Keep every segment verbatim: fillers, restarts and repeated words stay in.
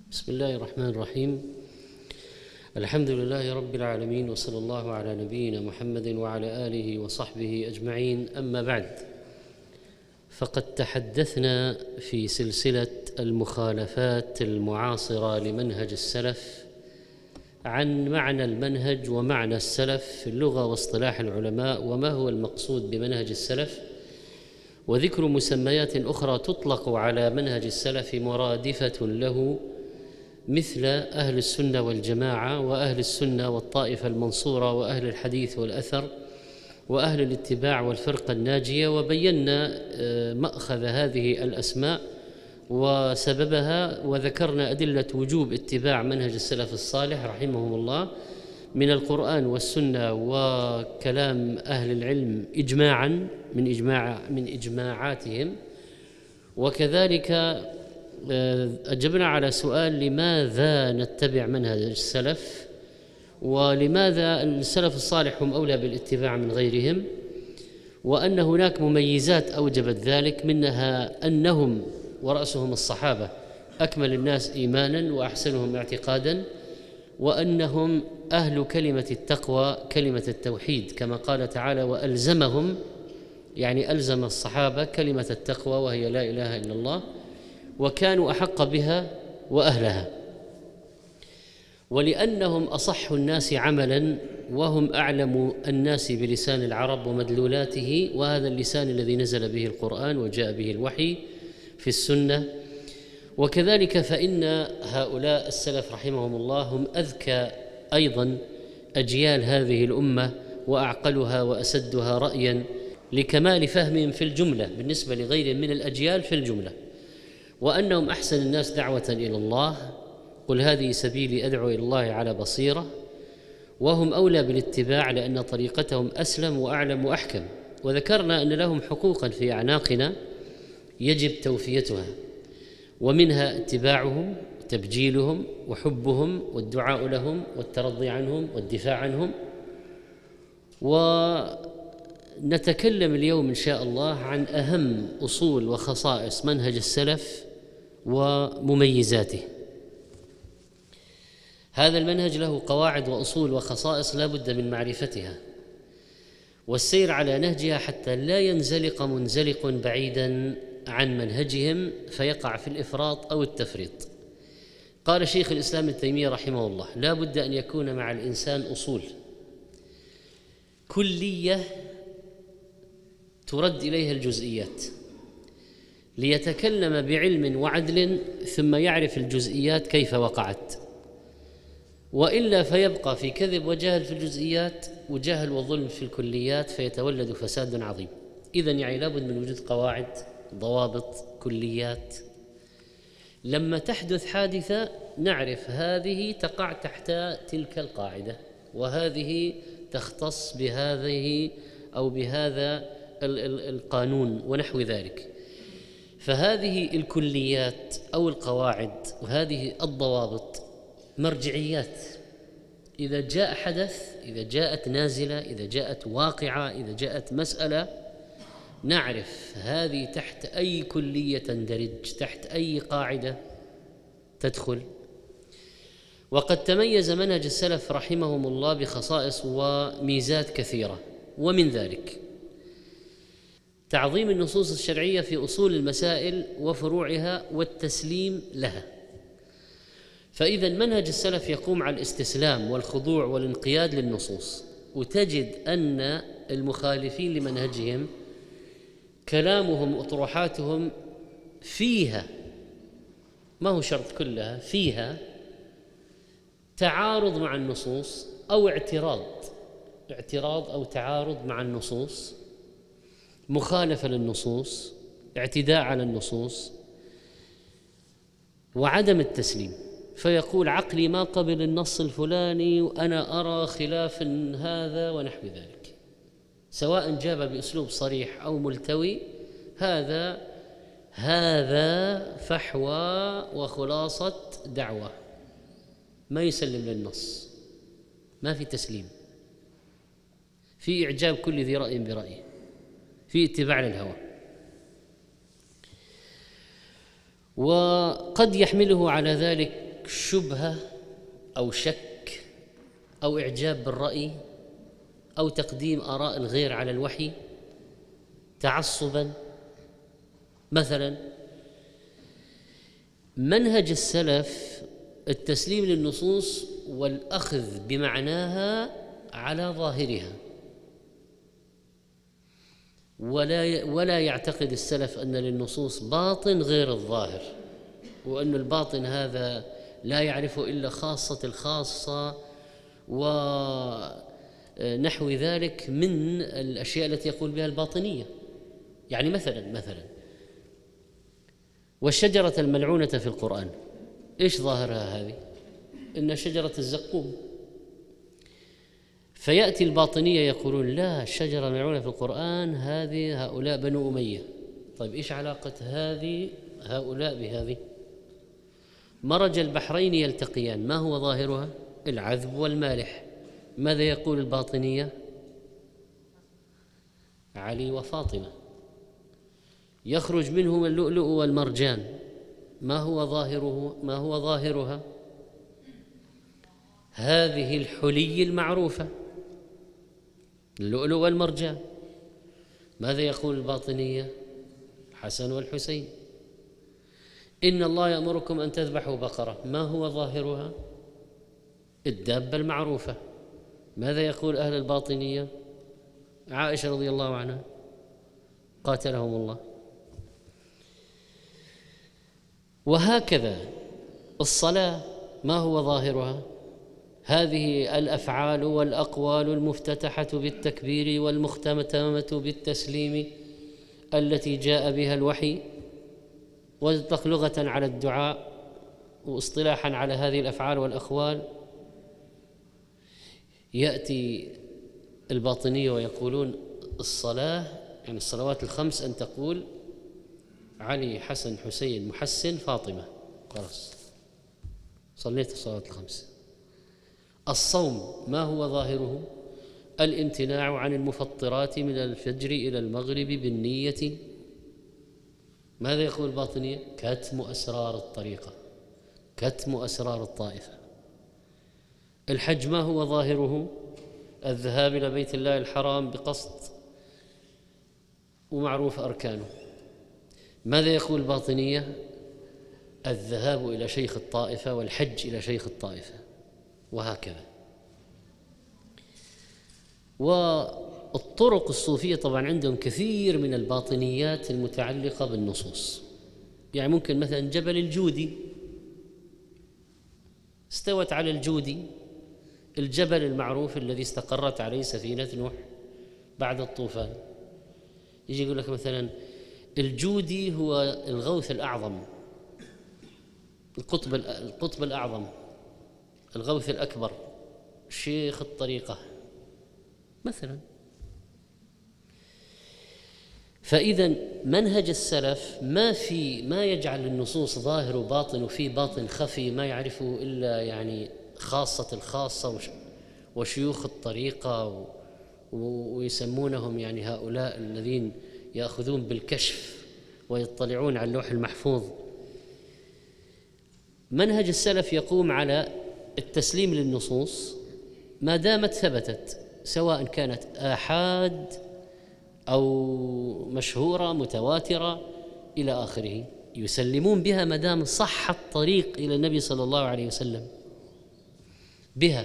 بسم الله الرحمن الرحيم. الحمد لله رب العالمين، وصلى الله على نبينا محمد وعلى آله وصحبه أجمعين. أما بعد، فقد تحدثنا في سلسلة المخالفات المعاصرة لمنهج السلف عن معنى المنهج ومعنى السلف في اللغة واصطلاح العلماء، وما هو المقصود بمنهج السلف، وذكر مسميات أخرى تطلق على منهج السلف مرادفة له، مثل أهل السنة والجماعة، وأهل السنة والطائفة المنصورة، وأهل الحديث والأثر، وأهل الاتباع والفرقة الناجية. وبينا مأخذ هذه الأسماء وسببها، وذكرنا أدلة وجوب اتباع منهج السلف الصالح رحمهم الله من القرآن والسنة وكلام أهل العلم إجماعا من إجماع من إجماعاتهم. وكذلك أجبنا على سؤال: لماذا نتبع منهج السلف؟ ولماذا السلف الصالح هم أولى بالاتباع من غيرهم؟ وأن هناك مميزات أوجبت ذلك، منها أنهم ورأسهم الصحابة أكمل الناس إيمانا وأحسنهم اعتقادا، وأنهم أهل كلمة التقوى كلمة التوحيد، كما قال تعالى: وألزمهم، يعني ألزم الصحابة كلمة التقوى وهي لا إله إلا الله، وكانوا أحق بها وأهلها. ولأنهم أصح الناس عملا، وهم أعلم الناس بلسان العرب ومدلولاته، وهذا اللسان الذي نزل به القرآن وجاء به الوحي في السنة. وكذلك فإن هؤلاء السلف رحمهم الله هم أذكى أيضا أجيال هذه الأمة، وأعقلها وأسدها رأيا، لكمال فهمهم في الجملة بالنسبة لغيرهم من الأجيال في الجملة. وأنهم أحسن الناس دعوة إلى الله، قل هذه سبيلي أدعو إلى الله على بصيرة. وهم أولى بالاتباع لأن طريقتهم أسلم وأعلم وأحكم. وذكرنا أن لهم حقوقا في أعناقنا يجب توفيتها، ومنها اتباعهم وتبجيلهم وحبهم والدعاء لهم والترضي عنهم والدفاع عنهم. ونتكلم اليوم إن شاء الله عن أهم أصول وخصائص منهج السلف ومميزاته. هذا المنهج له قواعد وأصول وخصائص لا بد من معرفتها والسير على نهجها، حتى لا ينزلق منزلق بعيدا عن منهجهم فيقع في الإفراط أو التفريط. قال شيخ الإسلام ابن تيمية رحمه الله: لا بد أن يكون مع الإنسان أصول كلية ترد إليها الجزئيات، ليتكلم بعلم وعدل ثم يعرف الجزئيات كيف وقعت، وإلا فيبقى في كذب وجهل في الجزئيات وجهل وظلم في الكليات، فيتولد فساد عظيم. إذن يعني لابد من وجود قواعد، ضوابط، كليات. لما تحدث حادثة نعرف هذه تقع تحت تلك القاعدة، وهذه تختص بهذه أو بهذا القانون ونحو ذلك. فهذه الكليات أو القواعد وهذه الضوابط مرجعيات. إذا جاء حدث، إذا جاءت نازلة، إذا جاءت واقعة، إذا جاءت مسألة، نعرف هذه تحت أي كلية تندرج، تحت أي قاعدة تدخل. وقد تميز منهج السلف رحمهم الله بخصائص وميزات كثيرة، ومن ذلك تعظيم النصوص الشرعية في أصول المسائل وفروعها والتسليم لها. فإذا منهج السلف يقوم على الاستسلام والخضوع والانقياد للنصوص. وتجد أن المخالفين لمنهجهم كلامهم وأطروحاتهم فيها، ما هو شرط كلها، فيها تعارض مع النصوص أو اعتراض اعتراض أو تعارض مع النصوص، مخالفة للنصوص، اعتداء على النصوص، وعدم التسليم. فيقول عقلي ما قبل النص الفلاني وأنا أرى خلاف هذا ونحو ذلك، سواء جاب بأسلوب صريح أو ملتوي. هذا هذا فحوى وخلاصة دعوة، ما يسلم للنص، ما في تسليم، في إعجاب كل ذي رأي برأيه، في اتباع للهوى. وقد يحمله على ذلك شبهة أو شك أو إعجاب بالرأي أو تقديم آراء الغير على الوحي تعصبا. مثلا منهج السلف التسليم للنصوص والأخذ بمعناها على ظاهرها، ولا ولا يعتقد السلف أن للنصوص باطن غير الظاهر، وأن الباطن هذا لا يعرفه إلا خاصة الخاصة ونحو ذلك من الأشياء التي يقول بها الباطنية. يعني مثلا مثلا والشجرة الملعونة في القرآن، إيش ظاهرها هذه؟ إن شجرة الزقوم. فيأتي الباطنية يقولون لا، الشجرة الملعونة في القرآن هذه هؤلاء بنو أمية. طيب إيش علاقة هذه هؤلاء بهذه؟ مرج البحرين يلتقيان، ما هو ظاهرها؟ العذب والمالح. ماذا يقول الباطنية؟ علي وفاطمة. يخرج منهما اللؤلؤ والمرجان، ما هو ظاهره؟ ما هو ظاهرها؟ هذه الحلي المعروفة، اللؤلؤ والمرجان. ماذا يقول الباطنية؟ الحسن والحسين. إن الله يأمركم أن تذبحوا بقرة، ما هو ظاهرها؟ الدابة المعروفة. ماذا يقول أهل الباطنية؟ عائشة رضي الله عنها قاتلهم الله. وهكذا الصلاة ما هو ظاهرها؟ هذه الأفعال والأقوال المفتتحة بالتكبير والمختتمة بالتسليم التي جاء بها الوحي، وتطلق لغة على الدعاء واصطلاحا على هذه الأفعال والأقوال. يأتي الباطنية ويقولون الصلاة يعني الصلوات الخمس أن تقول علي حسن حسين محسن فاطمة، خلاص صليت الصلوات الخمس. الصوم ما هو ظاهره؟ الامتناع عن المفطرات من الفجر إلى المغرب بالنية. ماذا يقول الباطنية؟ كتم أسرار الطريقة، كتم أسرار الطائفة. الحج ما هو ظاهره؟ الذهاب إلى بيت الله الحرام بقصد ومعروف أركانه. ماذا يقول الباطنية؟ الذهاب إلى شيخ الطائفة والحج إلى شيخ الطائفة، وهكذا. والطرق الصوفية طبعا عندهم كثير من الباطنيات المتعلقة بالنصوص. يعني ممكن مثلا جبل الجودي، استوت على الجودي، الجبل المعروف الذي استقرت عليه سفينة نوح بعد الطوفان. يجي يقول لك مثلا الجودي هو الغوث الأعظم، القطب القطب الأعظم، الغوث الأكبر، شيخ الطريقة مثلا. فإذا منهج السلف ما في ما يجعل النصوص ظاهر وباطن، وفي باطن خفي ما يعرفه إلا يعني خاصة الخاصة وشيوخ الطريقة، ويسمونهم يعني هؤلاء الذين يأخذون بالكشف ويطلعون على اللوح المحفوظ. منهج السلف يقوم على التسليم للنصوص ما دامت ثبتت، سواء كانت آحاد أو مشهورة متواترة إلى آخره، يسلمون بها ما دام صح الطريق إلى النبي صلى الله عليه وسلم بها،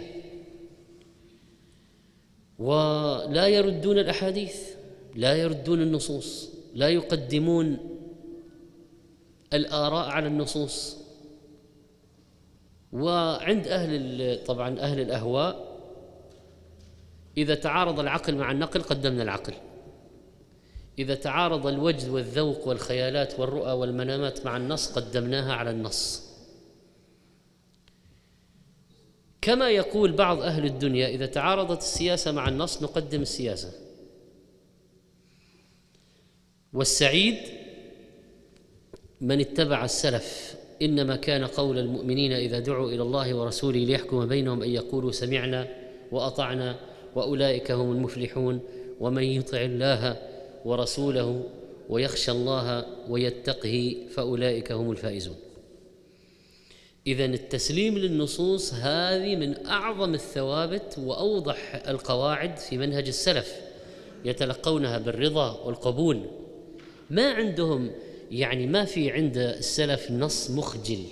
ولا يردون الأحاديث، لا يردون النصوص، لا يقدمون الآراء على النصوص. وعند أهل طبعا أهل الأهواء إذا تعارض العقل مع النقل قدمنا العقل، إذا تعارض الوجد والذوق والخيالات والرؤى والمنامات مع النص قدمناها على النص. كما يقول بعض أهل الدنيا إذا تعارضت السياسة مع النص نقدم السياسة. والسعيد من اتبع السلف، إنما كان قول المؤمنين إذا دعوا إلى الله ورسوله ليحكم بينهم أن يقولوا سمعنا وأطعنا وأولئك هم المفلحون، ومن يطع الله ورسوله ويخشى الله ويتقه فأولئك هم الفائزون. إذن التسليم للنصوص هذه من أعظم الثوابت وأوضح القواعد في منهج السلف، يتلقونها بالرضا والقبول. ما عندهم يعني ما في عند السلف نص مخجل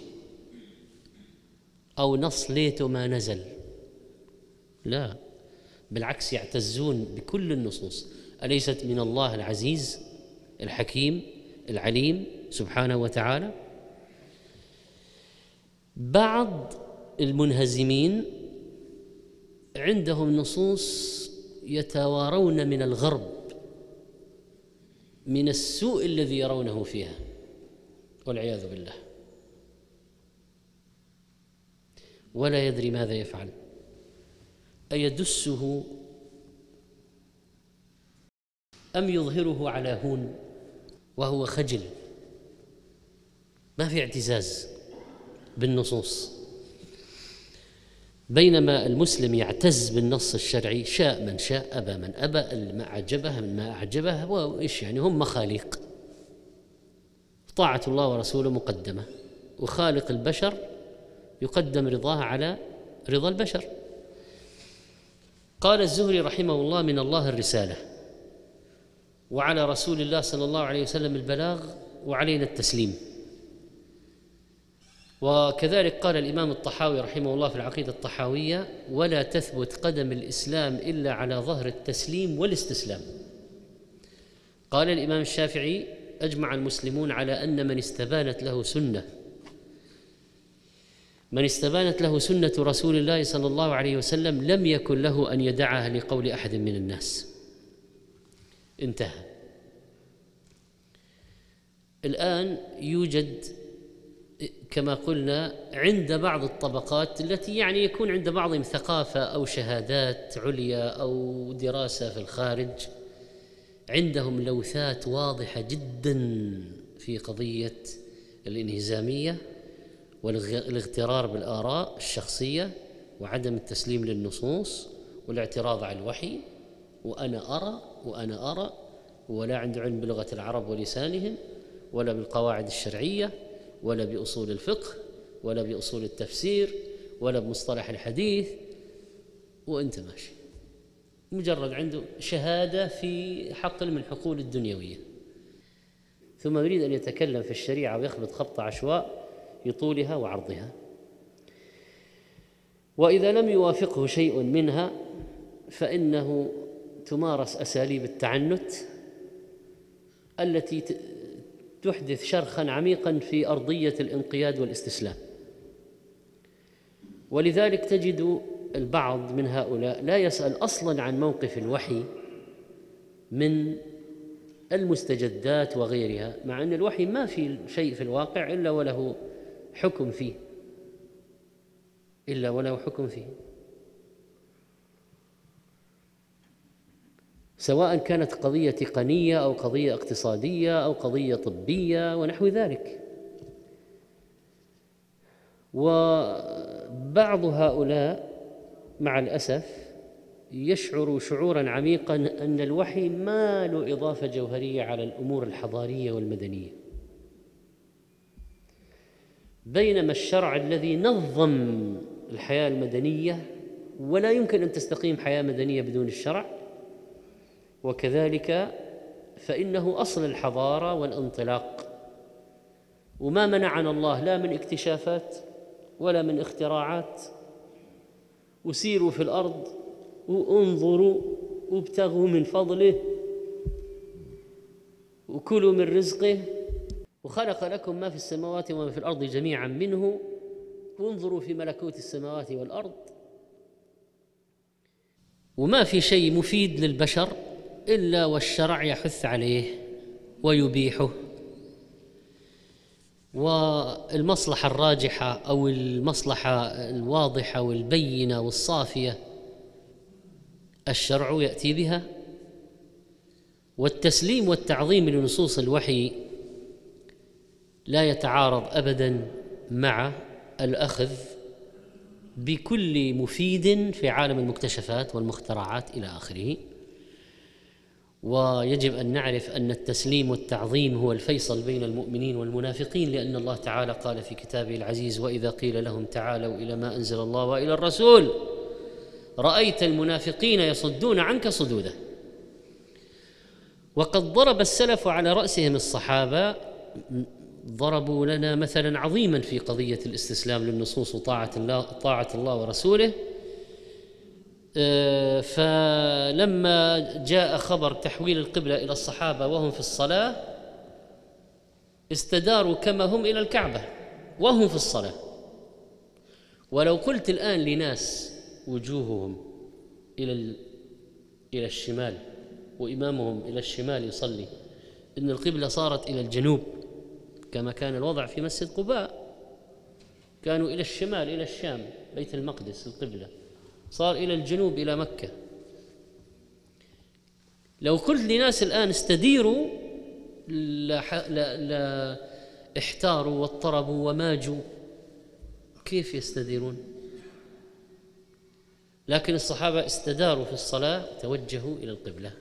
أو نص ليته ما نزل، لا، بالعكس يعتزون بكل النصوص. أليست من الله العزيز الحكيم العليم سبحانه وتعالى؟ بعض المنهزمين عندهم نصوص يتوارون من الغرب من السوء الذي يرونه فيها والعياذ بالله، ولا يدري ماذا يفعل، أيدسه أم يظهره على هون وهو خجل، ما في اعتزاز بالنصوص. بينما المسلم يعتز بالنص الشرعي، شاء من شاء أبى من أبى، ما أعجبه من ما أعجبه، وإيش يعني، هم مخاليق، طاعة الله ورسوله مقدمة، وخالق البشر يقدم رضاه على رضا البشر. قال الزهري رحمه الله: من الله الرسالة، وعلى رسول الله صلى الله عليه وسلم البلاغ، وعلينا التسليم. وكذلك قال الإمام الطحاوي رحمه الله في العقيدة الطحاوية: ولا تثبت قدم الإسلام إلا على ظهر التسليم والاستسلام. قال الإمام الشافعي: أجمع المسلمون على أن من استبانت له سنة من استبانت له سنة رسول الله صلى الله عليه وسلم لم يكن له أن يدعها لقول أحد من الناس. انتهى. الآن يوجد كما قلنا عند بعض الطبقات التي يعني يكون عند بعضهم ثقافة أو شهادات عليا أو دراسة في الخارج، عندهم لوثات واضحة جدا في قضية الانهزامية والاغترار بالآراء الشخصية وعدم التسليم للنصوص والاعتراض على الوحي، وأنا أرى وأنا أرى، ولا عنده علم بلغة العرب ولسانهم ولا بالقواعد الشرعية ولا بأصول الفقه ولا بأصول التفسير ولا بمصطلح الحديث، وأنت ماشي مجرد عنده شهادة في حقل من حقول الدنيوية، ثم يريد أن يتكلم في الشريعة ويخبط خبط عشواء يطولها وعرضها. وإذا لم يوافقه شيء منها فإنه تمارس أساليب التعنت التي تحدث شرخا عميقا في أرضية الانقياد والاستسلام. ولذلك تجد البعض من هؤلاء لا يسأل أصلا عن موقف الوحي من المستجدات وغيرها، مع أن الوحي ما في شيء في الواقع إلا وله حكم فيه إلا وله حكم فيه سواء كانت قضية تقنية أو قضية اقتصادية أو قضية طبية ونحو ذلك. وبعض هؤلاء مع الأسف يشعر شعورا عميقا أن الوحي ما له إضافة جوهرية على الأمور الحضارية والمدنية، بينما الشرع الذي نظم الحياة المدنية ولا يمكن أن تستقيم حياة مدنية بدون الشرع، وكذلك فإنه أصل الحضارة والانطلاق، وما منعنا الله لا من اكتشافات ولا من اختراعات، وسيروا في الأرض وانظروا وابتغوا من فضله وكلوا من رزقه وخلق لكم ما في السماوات وما في الأرض جميعا منه وانظروا في ملكوت السماوات والأرض. وما في شيء مفيد للبشر إلا والشرع يحث عليه ويبيحه، والمصلحة الراجحة أو المصلحة الواضحة والبينة والصافية الشرع يأتي بها. والتسليم والتعظيم لنصوص الوحي لا يتعارض أبداً مع الأخذ بكل مفيد في عالم المكتشفات والمخترعات إلى آخره. ويجب أن نعرف أن التسليم والتعظيم هو الفيصل بين المؤمنين والمنافقين، لأن الله تعالى قال في كتابه العزيز: وإذا قيل لهم تعالوا إلى ما أنزل الله وإلى الرسول رأيت المنافقين يصدون عنك صدودا. وقد ضرب السلف على رأسهم الصحابة، ضربوا لنا مثلا عظيما في قضية الاستسلام للنصوص وطاعة الله, طاعة الله ورسوله. فلما جاء خبر تحويل القبلة إلى الصحابة وهم في الصلاة استداروا كما هم إلى الكعبة وهم في الصلاة. ولو قلت الآن لناس وجوههم إلى إلى الشمال وإمامهم إلى الشمال يصلي إن القبلة صارت إلى الجنوب كما كان الوضع في مسجد قباء، كانوا إلى الشمال إلى الشام بيت المقدس القبلة، صار إلى الجنوب إلى مكة. لو قلت لناس الآن استديروا لا, لا, لا احتاروا واضطربوا وماجوا، كيف يستديرون؟ لكن الصحابة استداروا في الصلاة، توجهوا إلى القبلة.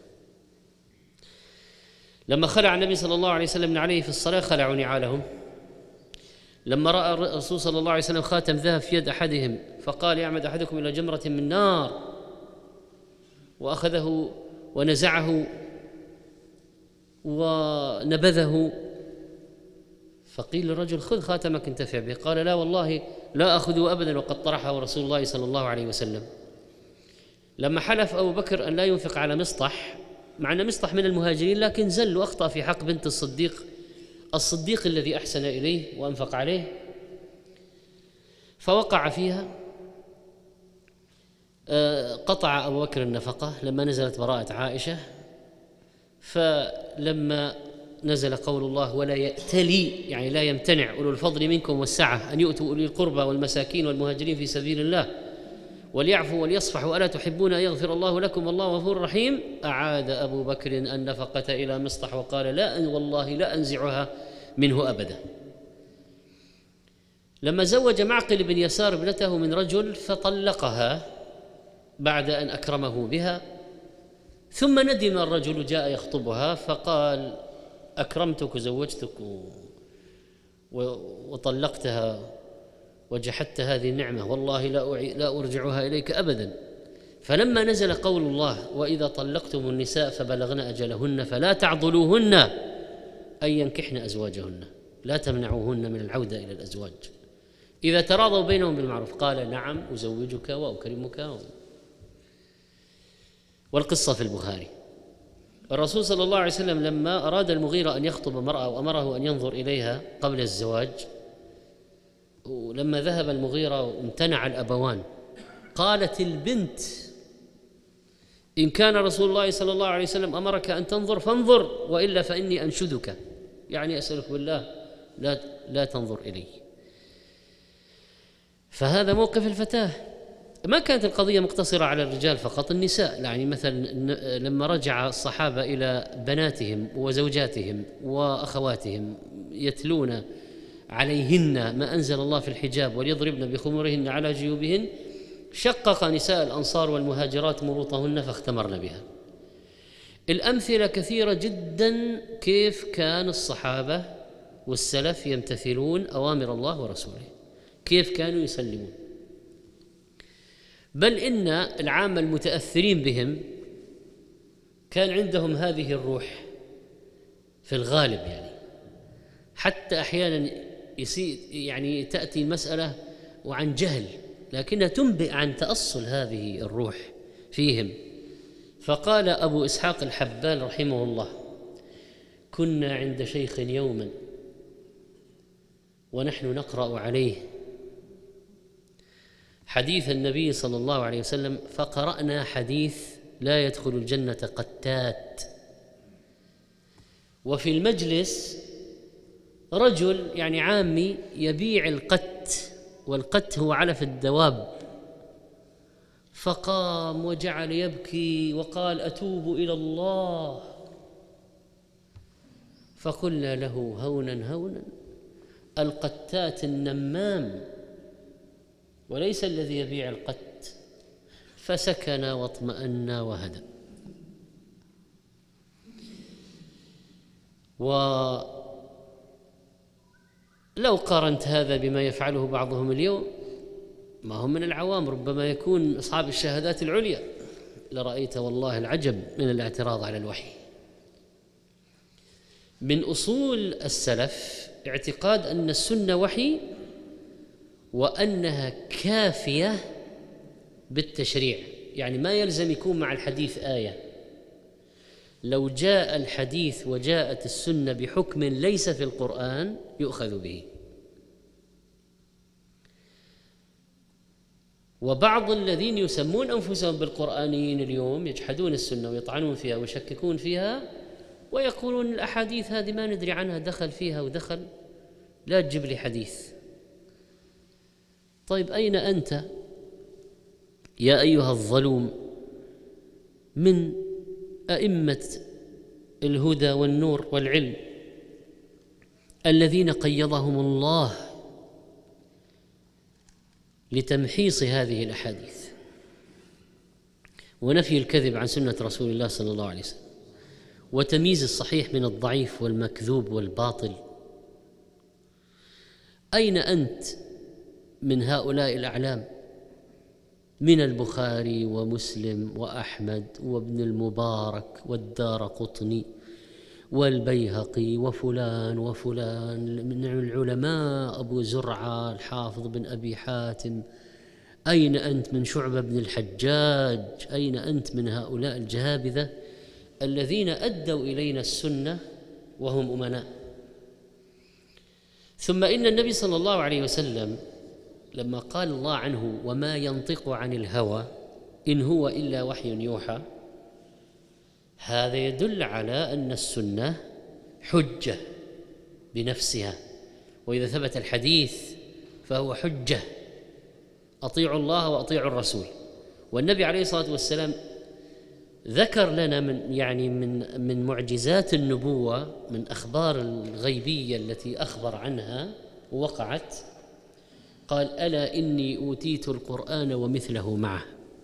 لما خلع النبي صلى الله عليه وسلم عليه في الصلاة خلعوا نعالهم. لما رأى الرسول صلى الله عليه وسلم خاتم ذهب في يد أحدهم فقال: يعمد أحدكم إلى جمرة من نار، وأخذه ونزعه ونبذه، فقيل للرجل: خذ خاتمك انتفع به. قال: لا والله لا أخذه أبدا وقد طرحه رسول الله صلى الله عليه وسلم. لما حلف أبو بكر أن لا ينفق على مصطح، مع أن مصطح من المهاجرين لكن زل وأخطأ في حق بنت الصديق الصديق الذي أحسن إليه وأنفق عليه، فوقع فيها. قطع أبو بكر النفقة لما نزلت براءة عائشة. فلما نزل قول الله: ولا يأتلي، يعني لا يمتنع أولو الفضل منكم والسعة أن يؤتوا أولي القربى والمساكين والمهاجرين في سبيل الله وليعفوا وليصفحوا ألا تحبون أن يغفر الله لكم والله غفور رحيم، أعاد أبو بكر النفقة إلى مصطح وقال: لا والله لا أنزعها منه أبدا. لما زوج معقل بن يسار ابنته من رجل فطلقها بعد أن أكرمه بها، ثم ندم الرجل جاء يخطبها فقال: أكرمتك وزوجتك وطلقتها وجحدت هذه النعمة، والله لا لا أرجعها إليك أبدا. فلما نزل قول الله: وإذا طلقتم النساء فبلغن أجلهن فلا تعضلوهن أن ينكحن أزواجهن، لا تمنعوهن من العودة إلى الأزواج إذا تراضوا بينهم بالمعروف. قال: نعم أزوجك وأكرمك. والقصة في البخاري. الرسول صلى الله عليه وسلم لما أراد المغيرة أن يخطب امرأة وأمره أن ينظر إليها قبل الزواج، ولما ذهب المغيرة وامتنع الأبوان، قالت البنت: إن كان رسول الله صلى الله عليه وسلم أمرك أن تنظر فانظر، وإلا فإني أنشدك، يعني أسألك بالله لا, لا تنظر إلي. فهذا موقف الفتاة. ما كانت القضية مقتصرة على الرجال فقط، النساء. يعني مثلا لما رجع الصحابة إلى بناتهم وزوجاتهم وأخواتهم يتلون عليهن ما أنزل الله في الحجاب وليضربن بخمورهن على جيوبهن، شقق نساء الأنصار والمهاجرات مروطهن فاختمرن بها. الأمثلة كثيرة جدا كيف كان الصحابة والسلف يمتثلون أوامر الله ورسوله، كيف كانوا يسلمون. بل إن العامة المتأثرين بهم كان عندهم هذه الروح في الغالب، يعني حتى أحيانا يصير يعني تأتي المسألة وعن جهل لكنها تنبئ عن تأصل هذه الروح فيهم. فقال أبو إسحاق الحبال رحمه الله: كنا عند شيخ يوما ونحن نقرأ عليه حديث النبي صلى الله عليه وسلم، فقرأنا حديث لا يدخل الجنة قتات. وفي المجلس رجل يعني عامي يبيع القت، والقت هو علف الدواب، فقام وجعل يبكي وقال: أتوب إلى الله. فقلنا له: هونا هونا، القتات النمام وليس الذي يبيع القت. فسكن واطمأن وهدأ. ولو قارنت هذا بما يفعله بعضهم اليوم، ما هم من العوام، ربما يكون أصحاب الشهادات العليا، لرأيت والله العجب من الاعتراض على الوحي. من أصول السلف اعتقاد أن السنة وحي، وأنها كافية بالتشريع، يعني ما يلزم يكون مع الحديث آية. لو جاء الحديث وجاءت السنة بحكم ليس في القرآن يؤخذ به. وبعض الذين يسمون أنفسهم بالقرآنيين اليوم يجحدون السنة ويطعنون فيها ويشككون فيها، ويقولون الأحاديث هذه ما ندري عنها، دخل فيها ودخل، لا تجيب لي حديث. طيب أين أنت يا أيها الظلوم من أئمة الهدى والنور والعلم الذين قيضهم الله لتمحيص هذه الأحاديث ونفي الكذب عن سنة رسول الله صلى الله عليه وسلم وتمييز الصحيح من الضعيف والمكذوب والباطل؟ أين أنت من هؤلاء الأعلام من البخاري ومسلم وأحمد وابن المبارك والدارقطني والبيهقي وفلان وفلان من العلماء، أبو زرعة الحافظ بن أبي حاتم؟ أين أنت من شعبة بن الحجاج؟ أين أنت من هؤلاء الجهابذة الذين أدوا إلينا السنة وهم أمناء؟ ثم إن النبي صلى الله عليه وسلم لما قال الله عنه وما ينطق عن الهوى إن هو إلا وحي يوحى، هذا يدل على أن السنة حجة بنفسها، وإذا ثبت الحديث فهو حجة. أطيعوا الله وأطيعوا الرسول. والنبي عليه الصلاة والسلام ذكر لنا من يعني من من معجزات النبوة، من أخبار الغيبية التي أخبر عنها ووقعت، قال ألا إني أوتيت القرآن ومثله معه،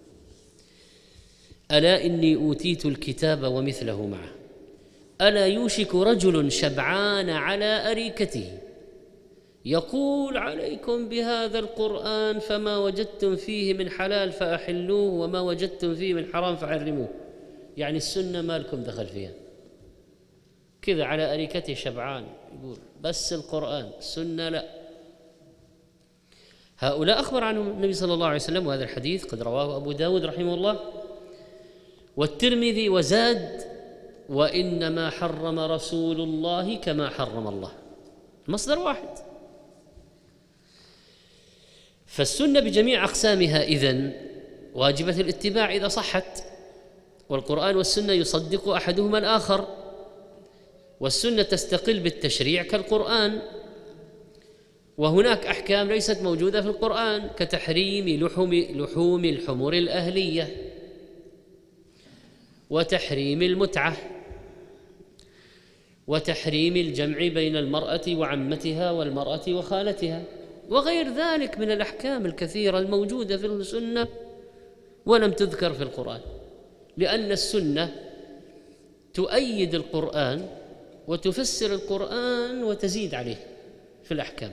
ألا إني أوتيت الكتاب ومثله معه، ألا يوشك رجل شبعان على أريكته يقول عليكم بهذا القرآن فما وجدتم فيه من حلال فأحلوه وما وجدتم فيه من حرام فحرموه. يعني السنة ما لكم دخل فيها، كذا على أريكته شبعان يقول بس القرآن، السنة لا. هؤلاء أخبر عنهم النبي صلى الله عليه وسلم، وهذا الحديث قد رواه أبو داود رحمه الله والترمذي وزاد وإنما حرم رسول الله كما حرم الله، مصدر واحد. فالسنة بجميع أقسامها إذن واجبة الاتباع إذا صحت، والقرآن والسنة يصدق أحدهما الآخر، والسنة تستقل بالتشريع كالقرآن، وهناك أحكام ليست موجودة في القرآن كتحريم لحوم لحوم الحمر الأهلية وتحريم المتعة وتحريم الجمع بين المرأة وعمتها والمرأة وخالتها وغير ذلك من الأحكام الكثيرة الموجودة في السنة ولم تذكر في القرآن، لأن السنة تؤيد القرآن وتفسر القرآن وتزيد عليه في الأحكام.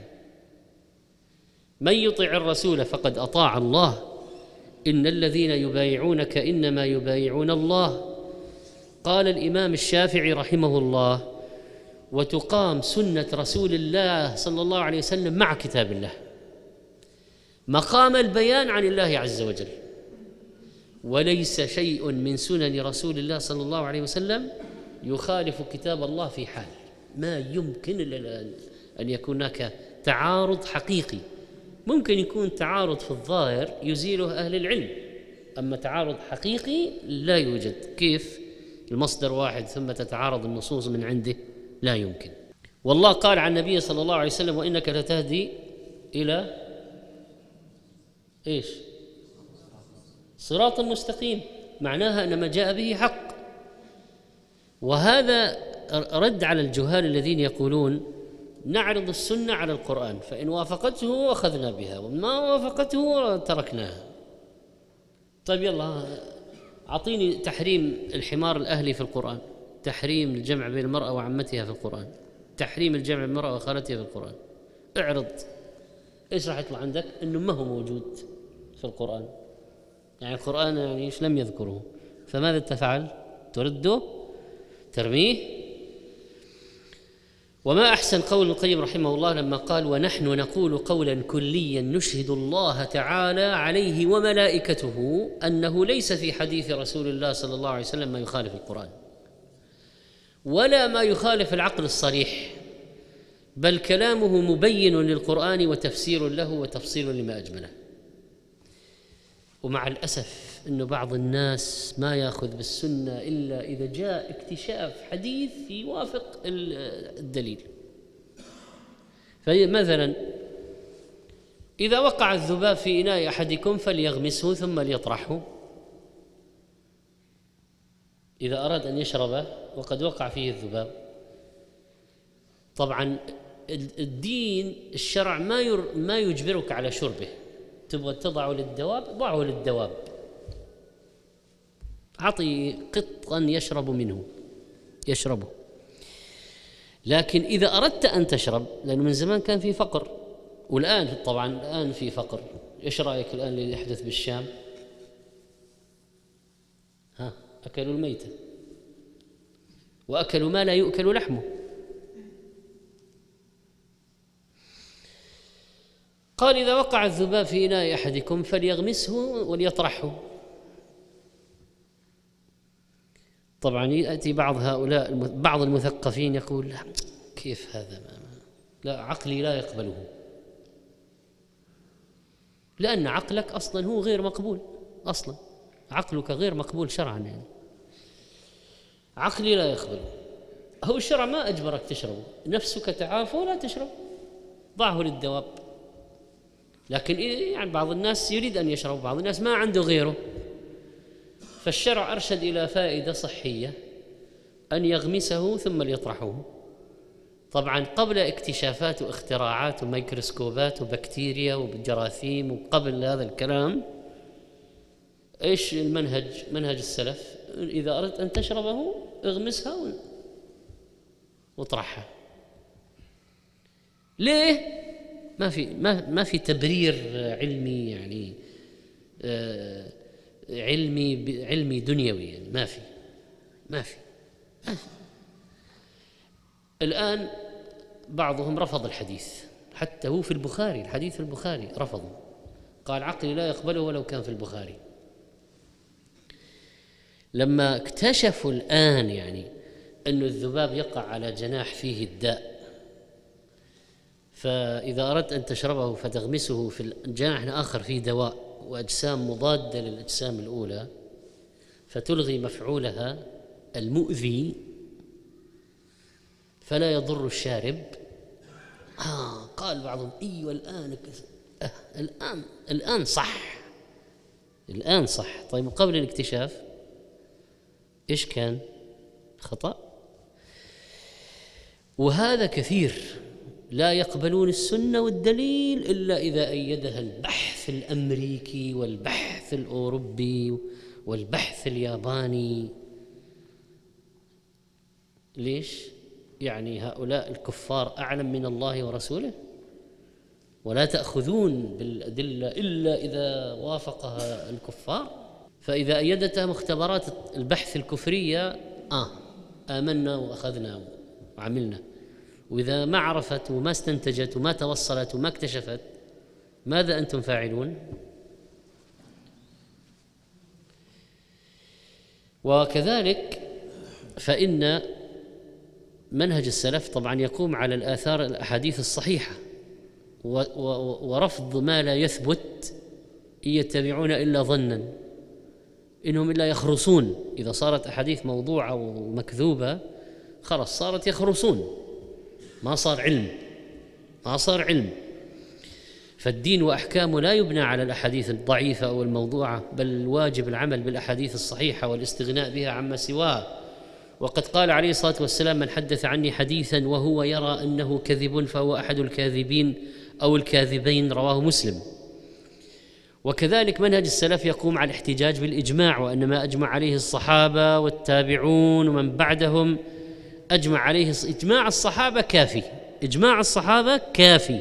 من يطع الرسول فقد أطاع الله، إن الذين يبايعونك إنما يبايعون الله. قال الإمام الشافعي رحمه الله وتقام سنة رسول الله صلى الله عليه وسلم مع كتاب الله مقام البيان عن الله عز وجل، وليس شيء من سنن رسول الله صلى الله عليه وسلم يخالف كتاب الله في حال، ما يمكن أن يكون هناك تعارض حقيقي. ممكن يكون تعارض في الظاهر يزيله أهل العلم، أما تعارض حقيقي لا يوجد. كيف؟ المصدر واحد ثم تتعارض النصوص من عنده؟ لا يمكن. والله قال عن النبي صلى الله عليه وسلم وإنك لتهدي إلى إيش؟ صراط مستقيم، معناها أن ما جاء به حق. وهذا رد على الجهال الذين يقولون نعرض السنة على القرآن فإن وافقته أخذنا بها وما وافقته تركناها. طيب يلا أعطيني تحريم الحمار الأهلي في القرآن، تحريم الجمع بين المرأة وعمتها في القرآن، تحريم الجمع بين المرأة وخالتها في القرآن. اعرض ايش راح يطلع عندك؟ انه ما هو موجود في القرآن، يعني القرآن يعني ايش لم يذكره، فماذا تفعل؟ ترده؟ ترميه؟ وما أحسن قول ابن القيم رحمه الله لما قال: ونحن نقول قولا كليا نشهد الله تعالى عليه وملائكته أنه ليس في حديث رسول الله صلى الله عليه وسلم ما يخالف القرآن ولا ما يخالف العقل الصريح، بل كلامه مبين للقرآن وتفسير له وتفصيل لما أجمله. ومع الأسف أن بعض الناس ما يأخذ بالسنة إلا إذا جاء اكتشاف حديث يوافق الدليل. فمثلا إذا وقع الذباب في إناء أحدكم فليغمسه ثم ليطرحه. إذا أراد أن يشربه وقد وقع فيه الذباب، طبعا الدين الشرع ما ير ما يجبرك على شربه. تبغى تضعه للدواب ضعه للدواب، أعطي قطا يشرب منه يشربه. لكن إذا أردت أن تشرب، لأنه من زمان كان في فقر والآن طبعا الآن في فقر، إيش رأيك الآن اللي يحدث بالشام؟ ها أكلوا الميتة وأكلوا ما لا يؤكل لحمه. قال: إذا وقع الذباب في إناء أحدكم فليغمسه وليطرحه. طبعا يأتي بعض هؤلاء بعض المثقفين يقول: لا كيف هذا؟ لا، عقلي لا يقبله، لأن عقلك أصلا هو غير مقبول، أصلا عقلك غير مقبول شرعا، يعني عقلي لا يقبله. هو الشرع ما أجبرك تشربه، نفسك تعافى ولا تشرب، ضعه للدواب. لكن يعني بعض الناس يريد أن يشرب، بعض الناس ما عنده غيره، فالشرع أرشد إلى فائدة صحية أن يغمسه ثم ليطرحه. طبعا قبل اكتشافات واختراعات وميكروسكوبات وبكتيريا وجراثيم، وقبل هذا الكلام إيش المنهج؟ منهج السلف: إذا أردت أن تشربه اغمسها واطرحها. ليه؟ ما في ما ما في تبرير علمي، يعني آه علمي علمي دنيوي، يعني ما في ما في ما في. الآن بعضهم رفض الحديث، حتى هو في البخاري، الحديث في البخاري رفضه، قال: عقلي لا يقبله ولو كان في البخاري. لما اكتشفوا الآن يعني أن الذباب يقع على جناح فيه الداء، فإذا أردت أن تشربه فتغمسه في الجناح الآخر فيه دواء وأجسام مضادة للأجسام الأولى، فتلغي مفعولها المؤذي فلا يضر الشارب. آه قال بعضهم: أيوة الآن آه الآن الآن صح، الآن صح. طيب قبل الاكتشاف إيش كان؟ خطأ. وهذا كثير، لا يقبلون السنة والدليل إلا إذا أيدها البحث الأمريكي والبحث الأوروبي والبحث الياباني. ليش؟ يعني هؤلاء الكفار أعلم من الله ورسوله؟ ولا تأخذون بالأدلة إلا إذا وافقها الكفار. فإذا أيدتها مختبرات البحث الكفرية آه آمنا وأخذنا وعملنا، وإذا ما عرفت وما استنتجت وما توصلت وما اكتشفت، ماذا أنتم فاعلون؟ وكذلك فإن منهج السلف طبعا يقوم على الآثار الأحاديث الصحيحة ورفض ما لا يثبت. إن يتبعون إلا ظنا إنهم إلا يخرصون. إذا صارت أحاديث موضوعة ومكذوبة خلاص صارت يخرصون، ما صار علم، ما صار علم. فالدين وأحكامه لا يبنى على الأحاديث الضعيفة أو الموضوعة، بل واجب العمل بالأحاديث الصحيحة والاستغناء بها عما سواها. وقد قال عليه الصلاة والسلام: من حدث عني حديثا وهو يرى أنه كذب فهو أحد الكاذبين أو الكاذبين، رواه مسلم. وكذلك منهج السلف يقوم على الاحتجاج بالإجماع، وأن ما أجمع عليه الصحابة والتابعون ومن بعدهم أجمع عليه إجماع الصحابة كافي، إجماع الصحابة كافي.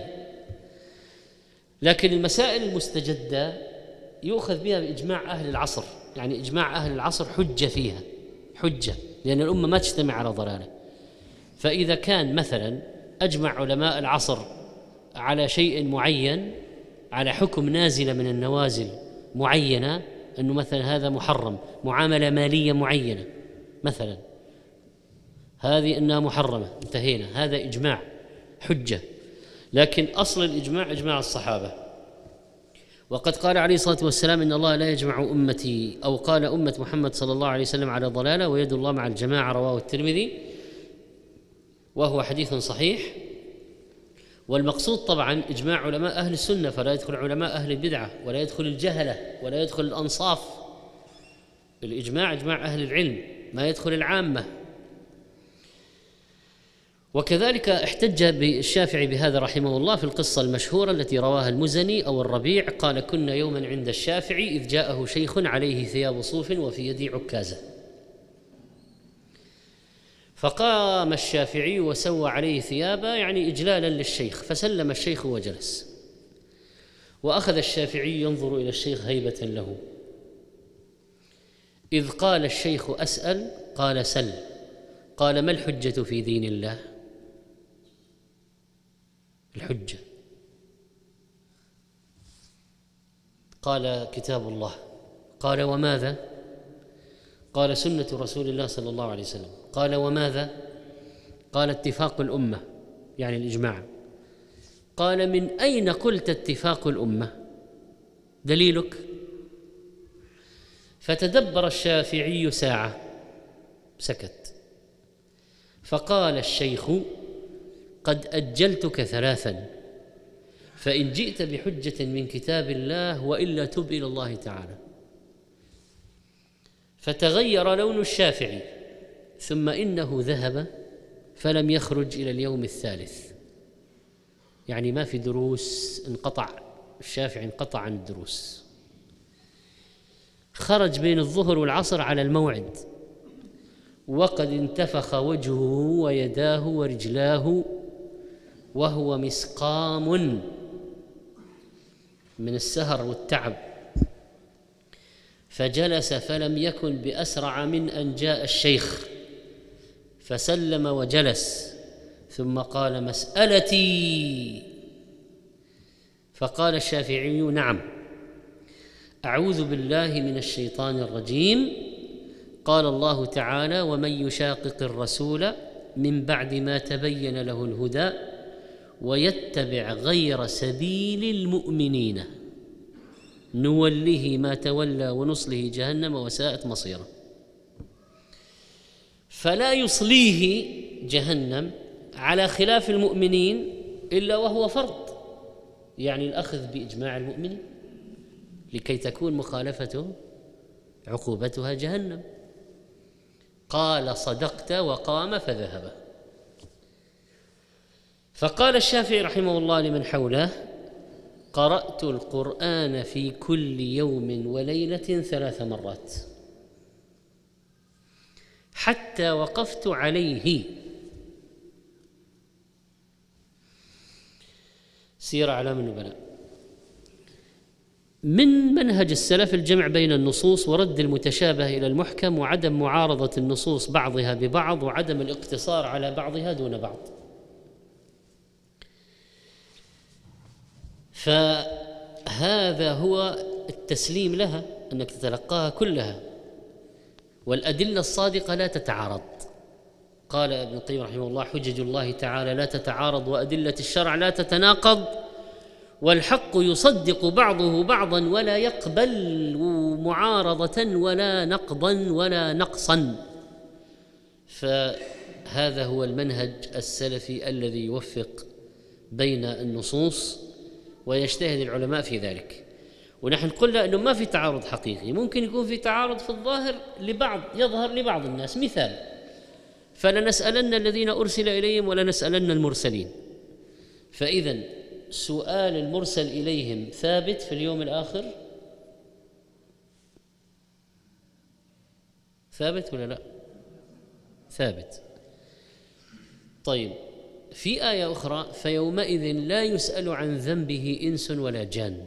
لكن المسائل المستجدة يؤخذ بها بإجماع أهل العصر، يعني إجماع أهل العصر حجة فيها، حجة، لأن الأمة ما تجتمع على ضلالة. فإذا كان مثلا أجمع علماء العصر على شيء معين، على حكم نازلة من النوازل معينة، أنه مثلا هذا محرم، معاملة مالية معينة مثلا، هذه أنها محرمة، انتهينا، هذا إجماع حجة. لكن أصل الإجماع إجماع الصحابة. وقد قال عليه الصلاة والسلام: إن الله لا يجمع أمتي، أو قال أمة محمد صلى الله عليه وسلم، على ضلالة ويد الله مع الجماعة، رواه الترمذي، وهو حديث صحيح. والمقصود طبعا إجماع علماء أهل السنة، فلا يدخل علماء أهل البدعة، ولا يدخل الجهلة، ولا يدخل الأنصاف. الإجماع إجماع أهل العلم، ما يدخل العامة. وكذلك احتج بالشافعي بهذا رحمه الله في القصة المشهورة التي رواها المزني أو الربيع، قال: كنا يوما عند الشافعي إذ جاءه شيخ عليه ثياب صوف وفي يده عكازة، فقام الشافعي وسوى عليه ثيابه، يعني إجلالا للشيخ، فسلم الشيخ وجلس، وأخذ الشافعي ينظر إلى الشيخ هيبة له، إذ قال الشيخ: أسأل؟ قال: سل. قال: ما الحجة في دين الله؟ الحجة. قال: كتاب الله. قال: وماذا؟ قال: سنة رسول الله صلى الله عليه وسلم. قال: وماذا؟ قال: اتفاق الأمة، يعني الإجماع. قال: من أين قلت اتفاق الأمة؟ دليلك؟ فتدبر الشافعي ساعة، سكت، فقال الشيخ: قد أجلتك ثلاثا، فإن جئت بحجة من كتاب الله وإلا تب إلى الله تعالى. فتغير لون الشافعي، ثم إنه ذهب فلم يخرج إلى اليوم الثالث، يعني ما في دروس، انقطع الشافعي، انقطع عن الدروس. خرج بين الظهر والعصر على الموعد، وقد انتفخ وجهه ويداه ورجلاه وهو مسقام من السهر والتعب، فجلس فلم يكن بأسرع من أن جاء الشيخ فسلم وجلس، ثم قال: مسألتي. فقال الشافعي: نعم. أعوذ بالله من الشيطان الرجيم. قال الله تعالى: ومن يشاقق الرسول من بعد ما تبين له الهدى ويتبع غير سبيل المؤمنين نوله ما تولى ونصله جهنم وساءت مصيره. فلا يصليه جهنم على خلاف المؤمنين إلا وهو فرض، يعني الأخذ بإجماع المؤمنين، لكي تكون مخالفته عقوبتها جهنم. قال: صدقت، وقام فذهب. فقال الشافعي رحمه الله لمن حوله: قرأت القرآن في كل يوم وليلة ثلاث مرات حتى وقفت عليه. سير أعلام النبلاء. من منهج السلف الجمع بين النصوص ورد المتشابه إلى المحكم، وعدم معارضة النصوص بعضها ببعض، وعدم الاقتصار على بعضها دون بعض. فهذا هو التسليم لها، أنك تتلقاها كلها، والأدلة الصادقة لا تتعارض. قال ابن القيم رحمه الله: حجج الله تعالى لا تتعارض، وأدلة الشرع لا تتناقض، والحق يصدق بعضه بعضا ولا يقبل معارضة ولا نقضا ولا نقصا. فهذا هو المنهج السلفي الذي يوفق بين النصوص، ويجتهد العلماء في ذلك. ونحن قلنا أنه ما في تعارض حقيقي، ممكن يكون في تعارض في الظاهر لبعض، يظهر لبعض الناس. مثال: فلنسألن الذين أرسل إليهم ولنسألن المرسلين. فإذا سؤال المرسل إليهم ثابت في اليوم الآخر؟ ثابت ولا لا؟ ثابت. طيب، في آية أخرى: فيومئذ لا يسأل عن ذنبه إنس ولا جان.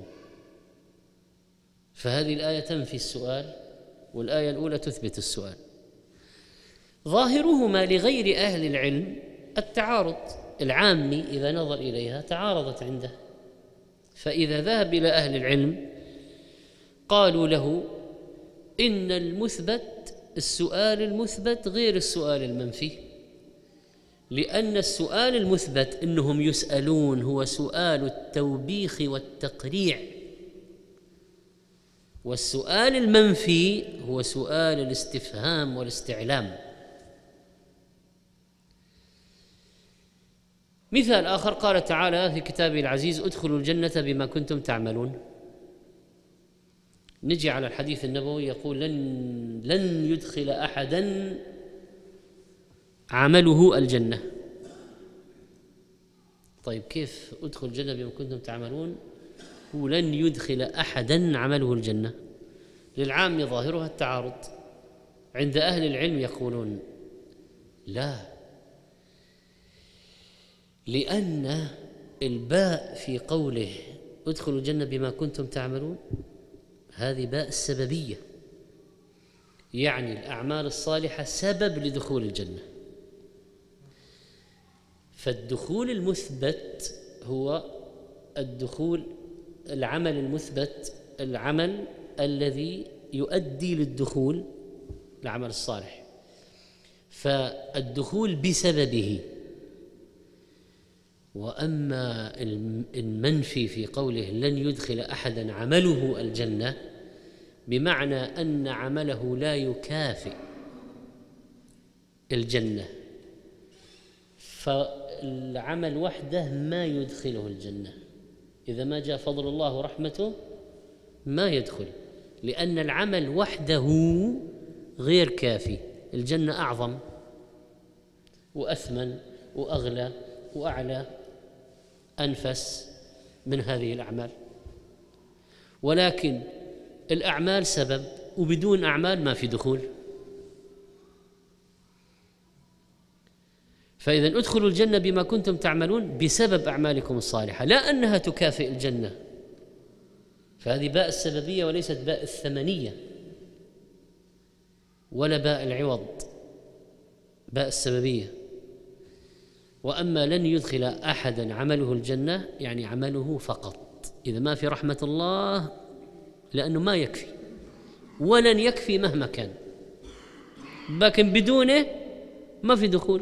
فهذه الآية تنفي السؤال، والآية الأولى تثبت السؤال. ظاهرهما لغير أهل العلم التعارض، العامي إذا نظر إليها تعارضت عنده، فإذا ذهب إلى أهل العلم قالوا له إن المثبت، السؤال المثبت غير السؤال المنفي، لأن السؤال المثبت إنهم يسألون هو سؤال التوبيخ والتقريع، والسؤال المنفي هو سؤال الاستفهام والاستعلام. مثال آخر: قال تعالى في كتابه العزيز: ادخلوا الجنة بما كنتم تعملون. نجي على الحديث النبوي يقول: لن لن يدخل أحدا عمله الجنة. طيب، كيف ادخل الجنة بما كنتم تعملون ولن يدخل أحدا عمله الجنة؟ للعام ظاهرها التعارض، عند أهل العلم يقولون لا، لأن الباء في قوله ادخلوا الجنة بما كنتم تعملون هذه باء السببية، يعني الأعمال الصالحة سبب لدخول الجنة. فالدخول المثبت هو الدخول، العمل المثبت، العمل الذي يؤدي للدخول، العمل الصالح، فالدخول بسببه. وأما المنفي في قوله لن يدخل أحدا عمله الجنة، بمعنى أن عمله لا يكافئ الجنة، فالعمل وحده ما يدخله الجنة، إذا ما جاء فضل الله ورحمته ما يدخل، لأن العمل وحده غير كافي. الجنة أعظم وأثمن وأغلى وأعلى أنفس من هذه الأعمال، ولكن الأعمال سبب، وبدون أعمال ما في دخول. فإذا ادخلوا الجنة بما كنتم تعملون بسبب أعمالكم الصالحة، لا أنها تكافئ الجنة، فهذه باء السببية وليست باء الثمنية ولا باء العوض، باء السببية. وأما لن يدخل أحدا عمله الجنة يعني عمله فقط، إذا ما في رحمة الله، لأنه ما يكفي ولن يكفي مهما كان، لكن بدونه ما في دخول.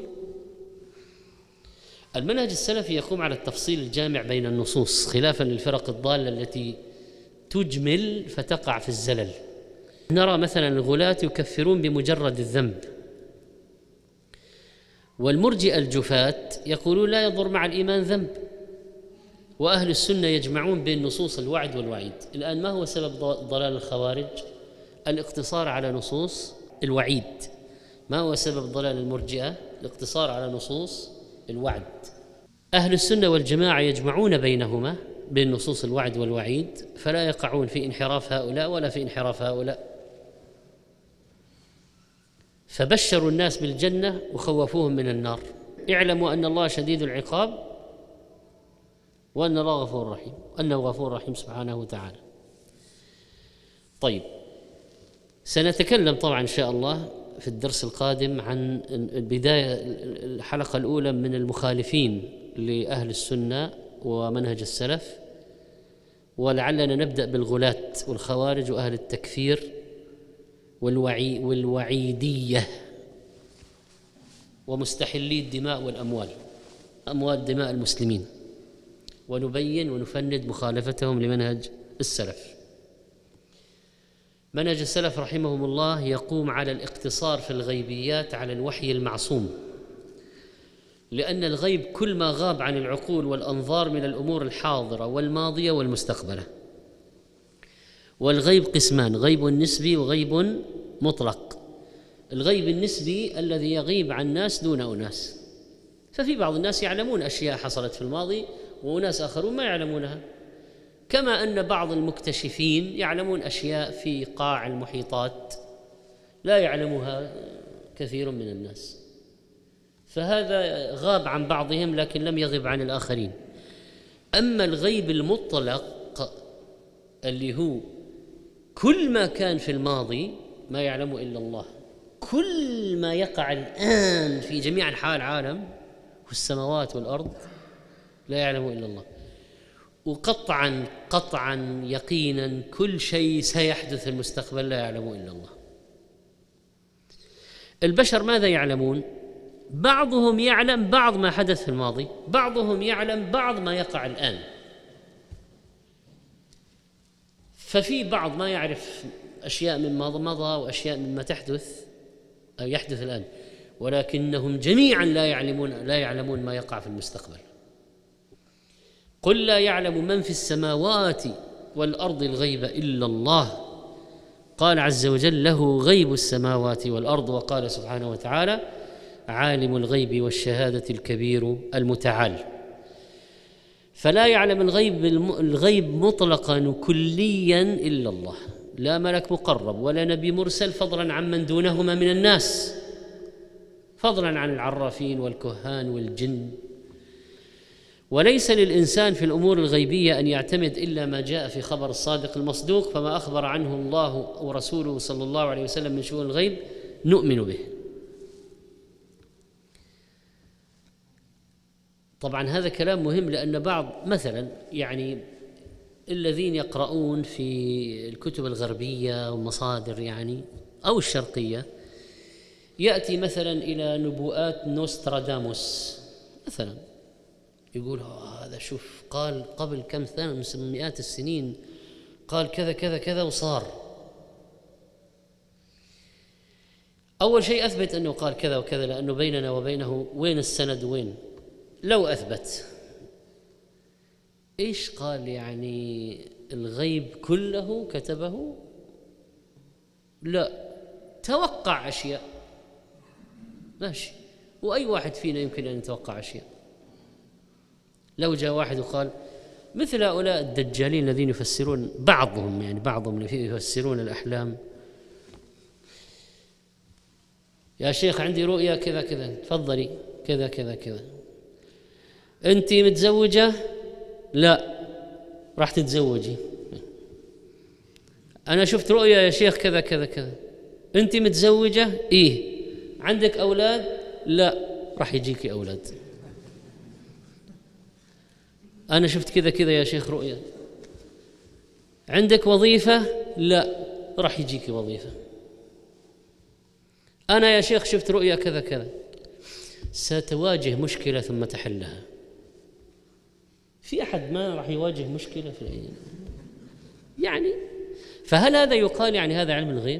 المنهج السلفي يقوم على التفصيل الجامع بين النصوص، خلافا للفرق الضالة التي تجمل فتقع في الزلل. نرى مثلا الغلاة يكفرون بمجرد الذنب، والمرجئة الجفاة يقولون لا يضر مع الإيمان ذنب، وأهل السنة يجمعون بين نصوص الوعد والوعيد. الآن ما هو سبب ضلال الخوارج؟ الاقتصار على نصوص الوعيد. ما هو سبب ضلال المرجئة؟ الاقتصار على نصوص الوعد. أهل السنة والجماعة يجمعون بينهما، بين نصوص الوعد والوعيد، فلا يقعون في انحراف هؤلاء ولا في انحراف هؤلاء. فبشروا الناس بالجنة وخوفوهم من النار. اعلموا أن الله شديد العقاب وأن الله غفور رحيم، أنه غفور رحيم سبحانه وتعالى. طيب، سنتكلم طبعا إن شاء الله في الدرس القادم عن البداية، الحلقة الأولى من المخالفين لأهل السنة ومنهج السلف، ولعلنا نبدأ بالغلاة والخوارج وأهل التكفير والوعي والوعيدية ومستحلي الدماء والأموال، أموال دماء المسلمين، ونبين ونفند مخالفتهم لمنهج السلف. منهج السلف رحمهم الله يقوم على الاقتصار في الغيبيات على الوحي المعصوم، لأن الغيب كل ما غاب عن العقول والأنظار من الأمور الحاضرة والماضية والمستقبلة. والغيب قسمان: غيب نسبي وغيب مطلق. الغيب النسبي الذي يغيب عن ناس دون أناس، ففي بعض الناس يعلمون أشياء حصلت في الماضي وناس آخرون ما يعلمونها، كما أن بعض المكتشفين يعلمون أشياء في قاع المحيطات لا يعلمها كثير من الناس، فهذا غاب عن بعضهم لكن لم يغب عن الآخرين. أما الغيب المطلق اللي هو كل ما كان في الماضي ما يعلم إلا الله، كل ما يقع الآن في جميع أنحاء العالم والسماوات والأرض لا يعلم إلا الله، وقطعا قطعا يقينا كل شيء سيحدث في المستقبل لا يعلم إلا الله. البشر ماذا يعلمون؟ بعضهم يعلم بعض ما حدث في الماضي، بعضهم يعلم بعض ما يقع الآن، ففي بعض ما يعرف أشياء مما مضى وأشياء مما تحدث أو يحدث الآن، ولكنهم جميعا لا يعلمون لا يعلمون ما يقع في المستقبل. قل لا يعلم من في السماوات والأرض الغيب إلا الله، قال عز وجل له غيب السماوات والأرض، وقال سبحانه وتعالى عالم الغيب والشهادة الكبير المتعال. فلا يعلم الغيب الغيب مطلقا كليا إلا الله، لا ملك مقرب ولا نبي مرسل، فضلا عن من دونهما من الناس، فضلا عن العرافين والكهان والجن. وليس للإنسان في الأمور الغيبية أن يعتمد إلا ما جاء في خبر الصادق المصدوق، فما أخبر عنه الله ورسوله صلى الله عليه وسلم من شؤون الغيب نؤمن به. طبعا هذا كلام مهم، لأن بعض مثلا يعني الذين يقرؤون في الكتب الغربية والمصادر يعني أو الشرقية، يأتي مثلا إلى نبوءات نوستراداموس مثلا، يقول هذا شوف قال قبل كم سنة من مئات السنين قال كذا كذا كذا وصار. أول شيء أثبت أنه قال كذا وكذا، لأنه بيننا وبينه وين السند وين؟ لو أثبت إيش قال؟ يعني الغيب كله كتبه؟ لا، توقع أشياء ماشي، وأي واحد فينا يمكن أن يتوقع أشياء. لو جاء واحد وقال مثل هؤلاء الدجالين الذين يفسرون بعضهم يعني بعضهم يفسرون الأحلام، يا شيخ عندي رؤيا كذا كذا، تفضلي كذا كذا كذا، أنت متزوجة؟ لا، راح تتزوجي. أنا شفت رؤيا يا شيخ كذا كذا كذا، أنت متزوجة؟ إيه. عندك أولاد؟ لا، راح يجيك أولاد. أنا شفت كذا كذا يا شيخ رؤيا. عندك وظيفة؟ لا، راح يجيك وظيفة. أنا يا شيخ شفت رؤيا كذا كذا. ستواجه مشكلة ثم تحلها. في أحد ما راح يواجه مشكلة في العين يعني؟ فهل هذا يقال يعني هذا علم الغيب؟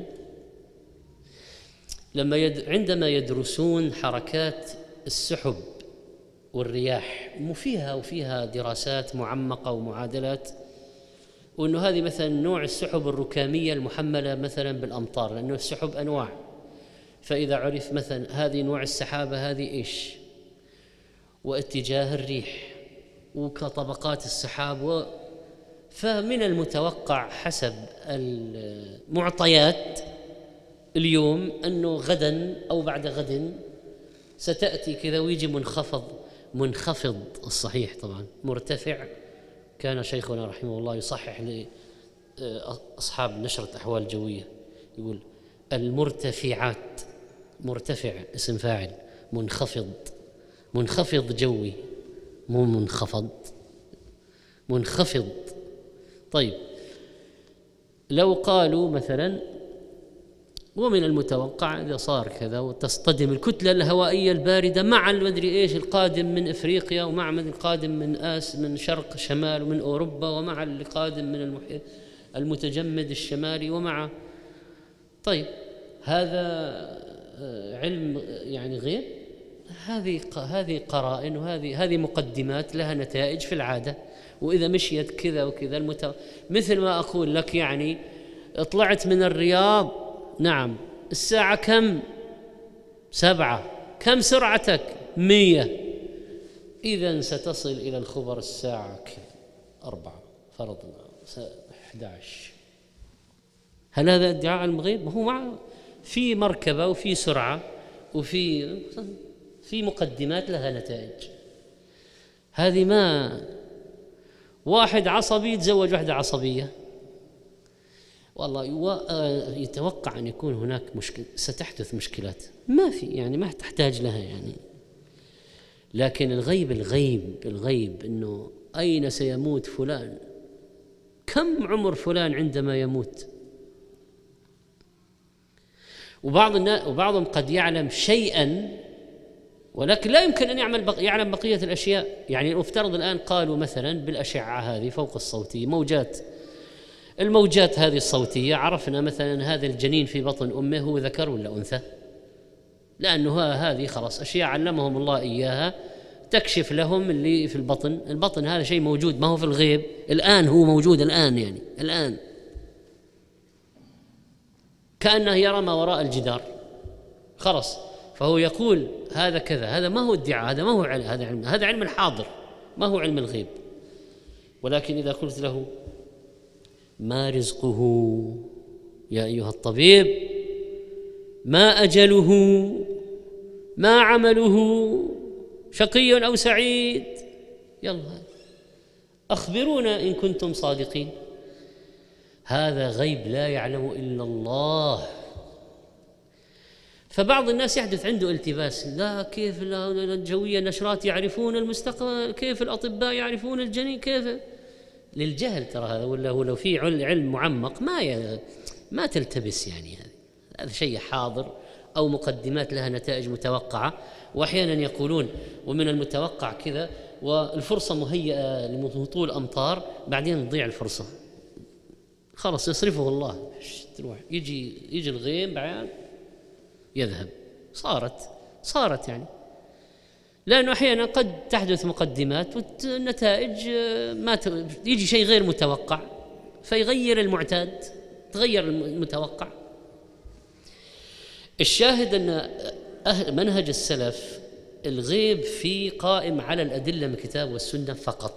لما يد عندما يدرسون حركات السحب والرياح، وفيها وفيها دراسات معمقة ومعادلات، وأنه هذه مثلا نوع السحب الركامية المحملة مثلا بالأمطار، لأنه السحب أنواع، فإذا عرف مثلا هذه نوع السحابة هذه إيش، واتجاه الريح وكطبقات السحاب و... فمن المتوقع حسب المعطيات اليوم أنه غدا أو بعد غد ستأتي كذا ويجي منخفض منخفض الصحيح طبعا مرتفع. كان شيخنا رحمه الله يصحح لأصحاب نشرة أحوال جوية، يقول المرتفعات، مرتفع اسم فاعل، منخفض، منخفض جوي مو منخفض، منخفض. طيب لو قالوا مثلا ومن المتوقع إذا صار كذا وتصطدم الكتلة الهوائية الباردة مع المدري إيش القادم من إفريقيا، ومع القادم من آس من شرق شمال ومن أوروبا، ومع القادم من المحيط المتجمد الشمالي، ومع طيب هذا علم يعني غيب؟ هذه هذه قرائن وهذه هذه مقدمات لها نتائج في العادة، وإذا مشيت كذا وكذا المتو... مثل ما أقول لك يعني طلعت من الرياض، نعم الساعة كم؟ سبعة. كم سرعتك؟ مية. إذن ستصل إلى الخبر الساعة أربعة فرضنا أحد عشر. هل هذا ادعاء علم غيب؟ هو مع في مركبة وفي سرعة وفي في مقدمات لها نتائج. هذه ما واحد عصبي يتزوج واحدة عصبية، والله يتوقع أن يكون هناك مشكلة، ستحدث مشكلات، ما في يعني ما تحتاج لها يعني. لكن الغيب الغيب الغيب إنه أين سيموت فلان، كم عمر فلان عندما يموت. وبعض الناس وبعضهم قد يعلم شيئا ولكن لا يمكن أن يعمل بق... يعلم بقية الأشياء. يعني افترض الآن قالوا مثلا بالأشعة هذه فوق الصوتية موجات، الموجات هذه الصوتية عرفنا مثلا هذا الجنين في بطن أمه هو ذكر ولا أنثى، لأنه هذه خلاص أشياء علمهم الله إياها تكشف لهم اللي في البطن. البطن هذا شيء موجود، ما هو في الغيب، الآن هو موجود الآن، يعني الآن كأنه يرى ما وراء الجدار خلاص. فهو يقول هذا كذا، هذا ما هو ادعاء، هذا ما هو علم، هذا علم، هذا علم الحاضر ما هو علم الغيب. ولكن إذا قلت له ما رزقه يا أيها الطبيب، ما أجله، ما عمله، شقي أو سعيد، يلا أخبرونا إن كنتم صادقين. هذا غيب لا يعلم إلا الله. فبعض الناس يحدث عنده التباس، لا كيف الجوية النشرات يعرفون المستقبل، كيف الأطباء يعرفون الجنين، كيف للجهل ترى هذا، ولا هو لو في علم معمق ما ي... ما تلتبس يعني. هذا هذا شيء حاضر أو مقدمات لها نتائج متوقعة. وأحيانا يقولون ومن المتوقع كذا والفرصة مهيئة لهطول أمطار، بعدين تضيع الفرصة خلاص يصرفه الله، تروح يجي يجي الغيم بعد يذهب. صارت صارت يعني، لأنه أحيانا قد تحدث مقدمات والنتائج ما ت... يجي شيء غير متوقع فيغير المعتاد، تغير المتوقع. الشاهد أن أهل منهج السلف الغيب فيه قائم على الأدلة من الكتاب والسنة فقط.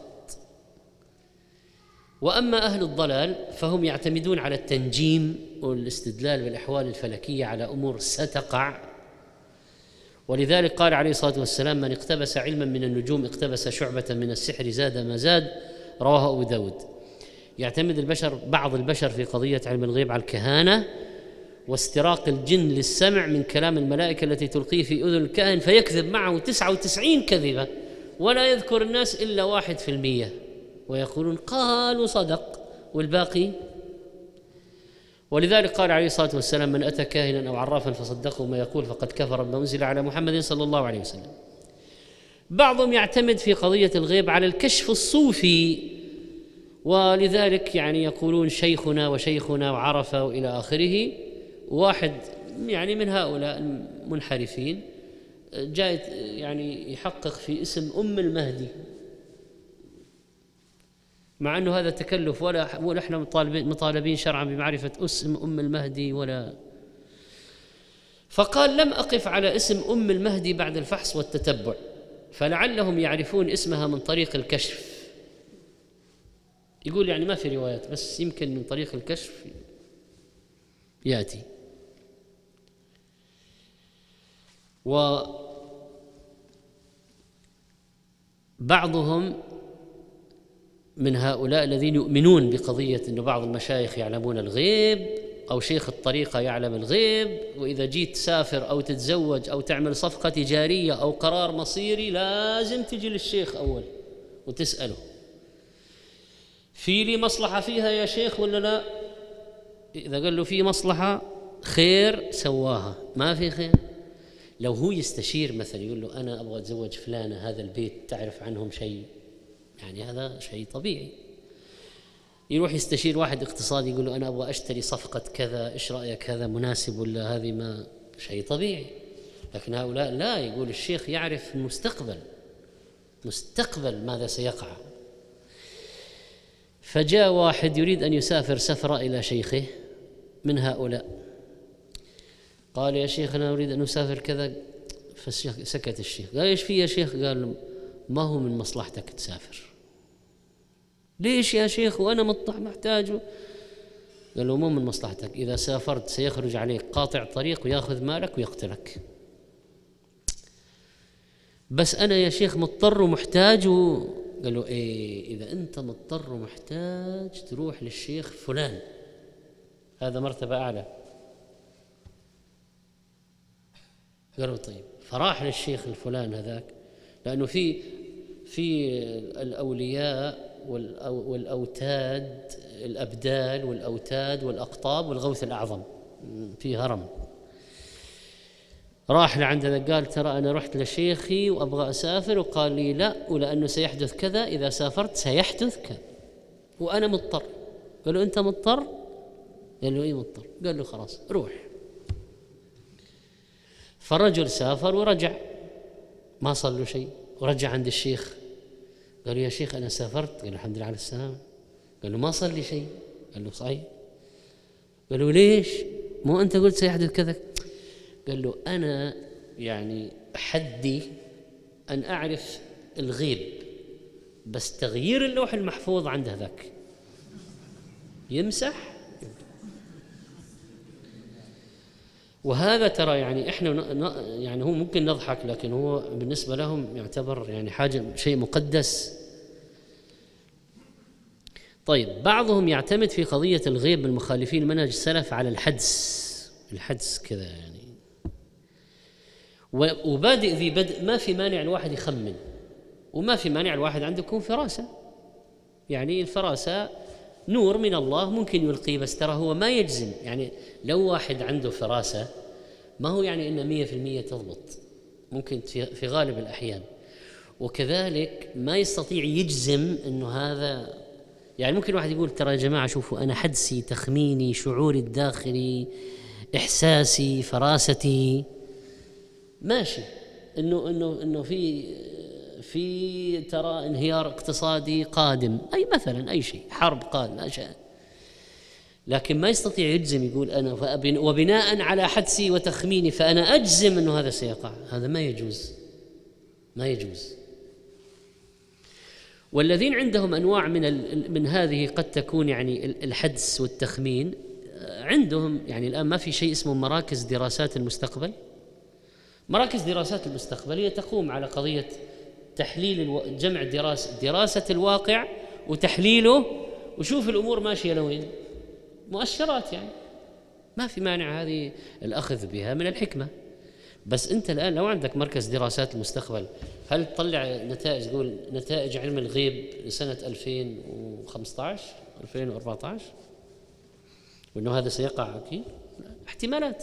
وأما أهل الضلال فهم يعتمدون على التنجيم والاستدلال بالأحوال الفلكية على أمور ستقع. ولذلك قال عليه الصلاة والسلام من اقتبس علما من النجوم اقتبس شعبة من السحر زاد ما زاد، رواه أبو داود. يعتمد البشر بعض البشر في قضية علم الغيب على الكهانة واستراق الجن للسمع من كلام الملائكة التي تلقيه في أذن الكاهن فيكذب معه تسعة وتسعين كذبة ولا يذكر الناس إلا واحد في المية ويقولون قالوا صدق والباقي. ولذلك قال عليه الصلاة والسلام من أتى كاهنا أو عرافا فصدقه ما يقول فقد كفر بما أنزل على محمد صلى الله عليه وسلم. بعضهم يعتمد في قضية الغيب على الكشف الصوفي، ولذلك يعني يقولون شيخنا وشيخنا وعرفة وإلى آخره. واحد يعني من هؤلاء المنحرفين جاء يعني يحقق في اسم أم المهدي، مع أنه هذا تكلف ولا ونحن مطالبين شرعا بمعرفة اسم أم المهدي ولا. فقال لم أقف على اسم أم المهدي بعد الفحص والتتبع، فلعلهم يعرفون اسمها من طريق الكشف. يقول يعني ما في روايات بس يمكن من طريق الكشف يأتي. وبعضهم من هؤلاء الذين يؤمنون بقضية أن بعض المشايخ يعلمون الغيب أو شيخ الطريقة يعلم الغيب، وإذا جيت تسافر أو تتزوج أو تعمل صفقة تجارية أو قرار مصيري لازم تجي للشيخ أول وتسأله في لي مصلحة فيها يا شيخ ولا لا. إذا قال له في مصلحة خير سواها، ما في خير. لو هو يستشير مثلا يقول له أنا أبغى أتزوج فلانة هذا البيت تعرف عنهم شيء، يعني هذا شيء طبيعي. يروح يستشير واحد اقتصادي يقول له أنا أبغى أشتري صفقة كذا، إيش رأيك هذا مناسب ولا هذه، ما شيء طبيعي. لكن هؤلاء لا، يقول الشيخ يعرف المستقبل، مستقبل ماذا سيقع. فجاء واحد يريد أن يسافر سفرة إلى شيخه من هؤلاء، قال يا شيخ أنا أريد أن أسافر كذا، فالشيخ سكت. الشيخ قال إيش في يا شيخ؟ قال ما هو من مصلحتك تسافر. ليش يا شيخ وأنا محتاج؟ قال له مو من مصلحتك، إذا سافرت سيخرج عليك قاطع طريق ويأخذ مالك ويقتلك. بس أنا يا شيخ مضطر ومحتاج و... قال له إيه، إذا أنت مضطر ومحتاج تروح للشيخ فلان، هذا مرتبة أعلى. قالوا طيب، فراح للشيخ الفلان هذاك، لأنه في في الأولياء والأوتاد، الأبدال والأوتاد والأقطاب والغوث الأعظم، في هرم. راح لعند هذا قال ترى أنا رحت لشيخي وأبغى أسافر، وقال لي لا، ولأنه سيحدث كذا، إذا سافرت سيحدث كذا وأنا مضطر. قال له أنت مضطر؟ قال له إيه مضطر. قال له خلاص روح. فرجل سافر ورجع، ما صار له شيء، ورجع عند الشيخ. قال له يا شيخ أنا سافرت. قال له الحمد لله على السلامة. قال له ما صار لي شيء. قال له صحيح. قال له ليش؟ مو أنت قلت سيحدث كذا؟ قال له أنا يعني حدي أن أعرف الغيب، بس تغيير اللوح المحفوظ عند هذاك يمسح. وهذا ترى يعني إحنا يعني هو ممكن نضحك، لكن هو بالنسبة لهم يعتبر يعني حاجة شيء مقدس. طيب، بعضهم يعتمد في قضية الغيب من مخالفين منهج السلف على الحدس، الحدس كذا يعني، وبادئ ذي بدء، ما في مانع الواحد يخمن، وما في مانع الواحد عنده يكون فراسة. يعني الفراسة نور من الله ممكن يلقيه، بس ترى هو ما يجزم. يعني لو واحد عنده فراسة ما هو يعني إنه مية في المية تضبط، ممكن في غالب الأحيان. وكذلك ما يستطيع يجزم إنه هذا، يعني ممكن واحد يقول ترى يا جماعة شوفوا أنا حدسي، تخميني، شعوري الداخلي، إحساسي، فراستي ماشي، إنه إنه إنه في في ترى انهيار اقتصادي قادم، أي مثلا أي شيء، حرب قادم، أشياء، لكن ما يستطيع يجزم يقول أنا وبناء على حدسي وتخميني فأنا أجزم أنه هذا سيقع. هذا ما يجوز، ما يجوز. والذين عندهم أنواع من من هذه قد تكون يعني الحدس والتخمين، عندهم يعني الآن ما في شيء اسمه مراكز دراسات المستقبل. مراكز دراسات المستقبل هي تقوم على قضية تحليل الو... جمع دراسة دراسة الواقع وتحليله، وشوف الأمور ماشية لوين، مؤشرات يعني، ما في مانع هذه الأخذ بها من الحكمة. بس أنت الآن لو عندك مركز دراسات المستقبل، هل تطلع نتائج تقول نتائج علم الغيب لسنة ألفين وخمسة عشر ألفين وأربعة عشر وأنه هذا سيقع؟ أكيد احتمالات.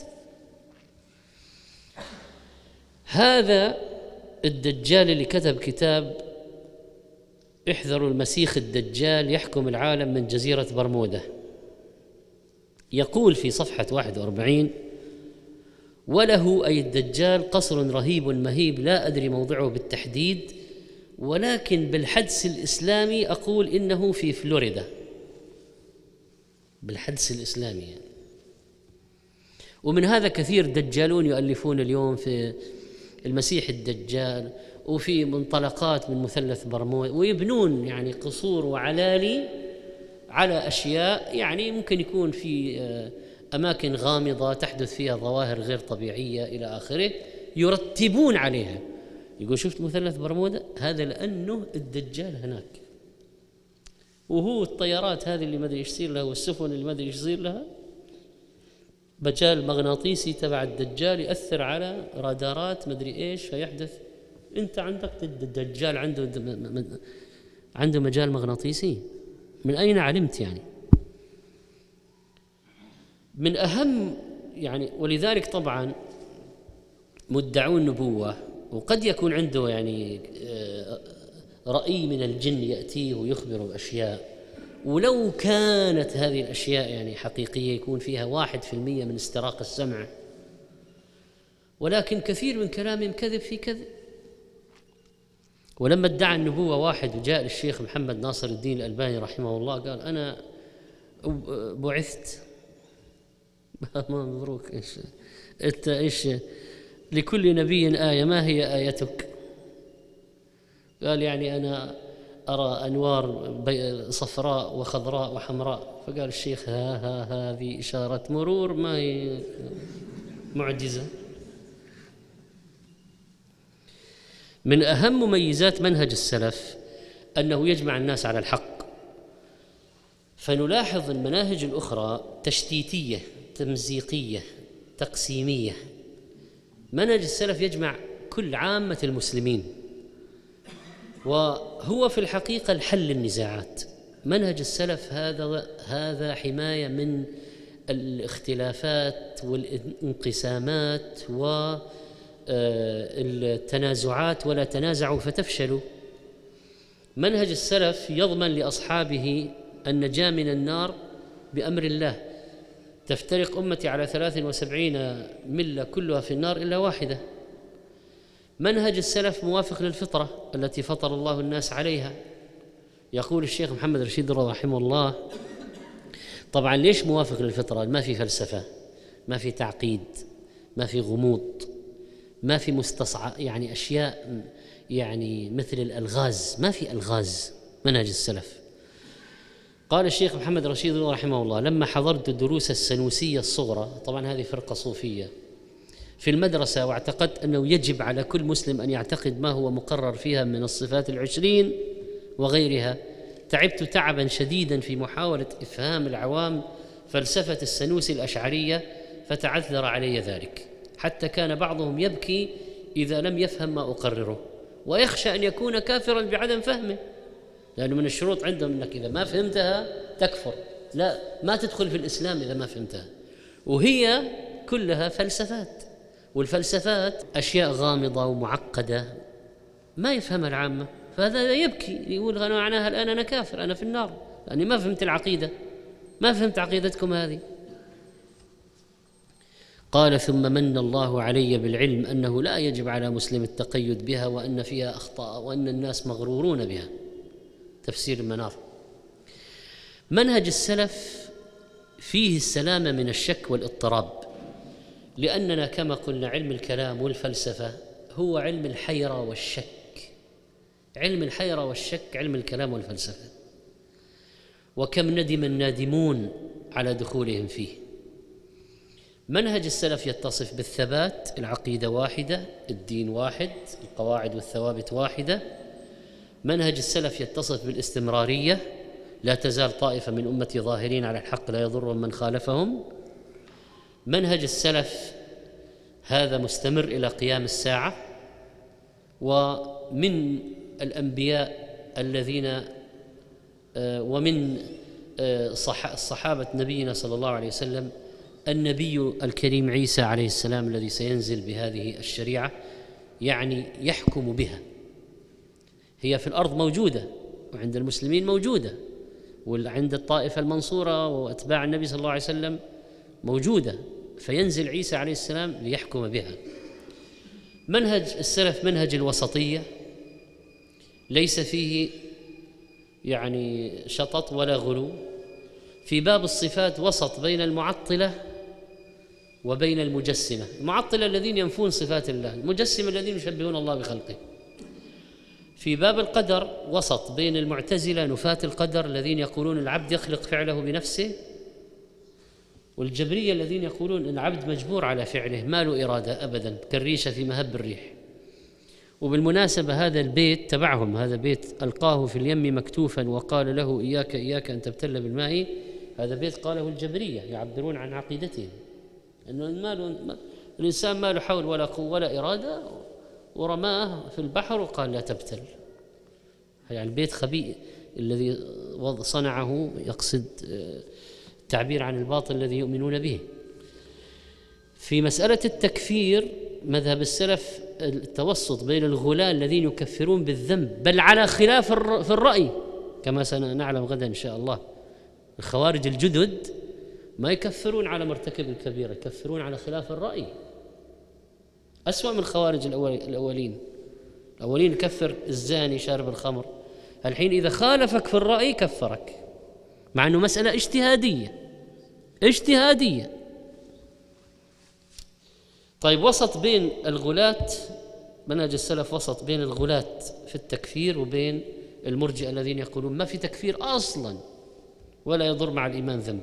هذا الدجال اللي كتب كتاب احذروا المسيخ الدجال يحكم العالم من جزيرة برمودا، يقول في صفحة واحد وأربعين: وله أي الدجال قصر رهيب مهيب لا أدري موضعه بالتحديد، ولكن بالحدس الإسلامي أقول إنه في فلوريدا، بالحدس الإسلامي يعني. ومن هذا كثير دجالون يؤلفون اليوم في المسيح الدجال، وفي منطلقات من مثلث برمودا، ويبنون يعني قصور وعلالي على أشياء يعني ممكن يكون في أماكن غامضة تحدث فيها ظواهر غير طبيعية إلى آخره، يرتبون عليها. يقول شفت مثلث برمودا هذا لأنه الدجال هناك، وهو الطيارات هذه اللي ما أدري إيش يصير لها، والسفن اللي ما أدري إيش يصير لها، مجال مغناطيسي تبع الدجال يأثر على رادارات ما أدري إيش فيحدث. أنت عندك الدجال عنده عنده مجال مغناطيسي، من أين علمت يعني؟ من أهم يعني، ولذلك طبعا مدعون النبوة وقد يكون عنده يعني رأي من الجن يأتيه ويخبر بأشياء، ولو كانت هذه الأشياء يعني حقيقية يكون فيها واحد في المية من استراق السمع، ولكن كثير من كلامهم كذب في كذب. ولما ادعى النبوة واحد وجاء للشيخ محمد ناصر الدين الألباني رحمه الله قال أنا بعثت ما مبروك إيش أنت إيش لكل نبي آية، ما هي آيتك؟ قال يعني أنا أرى أنوار صفراء وخضراء وحمراء. فقال الشيخ ها ها هذه إشارة مرور، ما هي معجزة. من أهم مميزات منهج السلف أنه يجمع الناس على الحق، فنلاحظ المناهج الأخرى تشتيتية تمزيقية تقسيمية. منهج السلف يجمع كل عامة المسلمين، وهو في الحقيقة الحل للنزاعات. منهج السلف هذا هذا حماية من الاختلافات والانقسامات والتنازعات، ولا تنازعوا فتفشلوا. منهج السلف يضمن لأصحابه النجاة من النار بأمر الله. تفترق أمتي على ثلاث وسبعين ملة كلها في النار إلا واحدة. منهج السلف موافق للفطرة التي فطر الله الناس عليها. يقول الشيخ محمد رشيد رحمه الله، طبعا ليش موافق للفطرة؟ ما في فلسفة، ما في تعقيد، ما في غموض، ما في مستصعب يعني أشياء يعني مثل الألغاز، ما في ألغاز. منهج السلف. قال الشيخ محمد رشيد رحمه الله: لما حضرت دروس السنوسية الصغرى، طبعا هذه فرقة صوفية، في المدرسة، واعتقدت أنه يجب على كل مسلم أن يعتقد ما هو مقرر فيها من الصفات العشرين وغيرها، تعبت تعبا شديدا في محاولة إفهام العوام فلسفة السنوسي الأشعرية، فتعذر علي ذلك، حتى كان بعضهم يبكي إذا لم يفهم ما أقرره، ويخشى أن يكون كافرا بعدم فهمه، لأنه من الشروط عندهم أنك إذا ما فهمتها تكفر، لا ما تدخل في الإسلام إذا ما فهمتها. وهي كلها فلسفات، والفلسفات أشياء غامضة ومعقدة ما يفهمها العامة، فهذا يبكي يقول أنا معناها الآن أنا كافر، أنا في النار لأني ما فهمت العقيدة، ما فهمت عقيدتكم هذه. قال: ثم من الله علي بالعلم أنه لا يجب على مسلم التقيد بها، وأن فيها أخطاء، وأن الناس مغرورون بها. تفسير المنار. منهج السلف فيه السلامة من الشك والاضطراب، لأننا كما قلنا علم الكلام والفلسفة هو علم الحيرة والشك. علم الحيرة والشك علم الكلام والفلسفة، وكم ندم النادمون على دخولهم فيه. منهج السلف يتصف بالثبات، العقيدة واحدة، الدين واحد، القواعد والثوابت واحدة. منهج السلف يتصف بالاستمرارية، لا تزال طائفة من أمتي ظاهرين على الحق لا يضرهم من خالفهم. منهج السلف هذا مستمر إلى قيام الساعة، ومن الأنبياء الذين ومن صحابة نبينا صلى الله عليه وسلم النبي الكريم عيسى عليه السلام الذي سينزل بهذه الشريعة، يعني يحكم بها. هي في الأرض موجودة وعند المسلمين موجودة، وعند الطائفة المنصورة وأتباع النبي صلى الله عليه وسلم موجودة، فينزل عيسى عليه السلام ليحكم بها. منهج السلف منهج الوسطية، ليس فيه يعني شطط ولا غلو. في باب الصفات وسط بين المعطلة وبين المجسمة. المعطلة الذين ينفون صفات الله، المجسمة الذين يشبهون الله بخلقه. في باب القدر وسط بين المعتزلة نفاة القدر الذين يقولون العبد يخلق فعله بنفسه، والجبرية الذين يقولون العبد مجبور على فعله ما له إرادة أبدا كالريشة في مهب الريح. وبالمناسبة هذا البيت تبعهم، هذا بيت ألقاه في اليم مكتوفا وقال له إياك إياك أن تبتل بالماء، هذا بيت قاله الجبرية يعبرون عن عقيدتهم أنه ما الإنسان ما له حول ولا قوة ولا إرادة، ورماه في البحر وقال لا تبتل. يعني البيت خبيء الذي صنعه يقصد التعبير عن الباطل الذي يؤمنون به. في مسألة التكفير مذهب السلف التوسط بين الغلاة الذين يكفرون بالذنب بل على خلاف في الرأي، كما سنعلم غدا إن شاء الله. الخوارج الجدد ما يكفرون على مرتكب الكبيرة، يكفرون على خلاف الرأي، أسوأ من الخوارج الأولين. الأولين يكفر الزاني شارب الخمر، الحين إذا خالفك في الرأي كفرك، مع أنه مسألة اجتهادية اجتهادية. طيب وسط بين الغلاة، منهج السلف وسط بين الغلاة في التكفير وبين المرجئة الذين يقولون ما في تكفير أصلا ولا يضر مع الإيمان ذنب.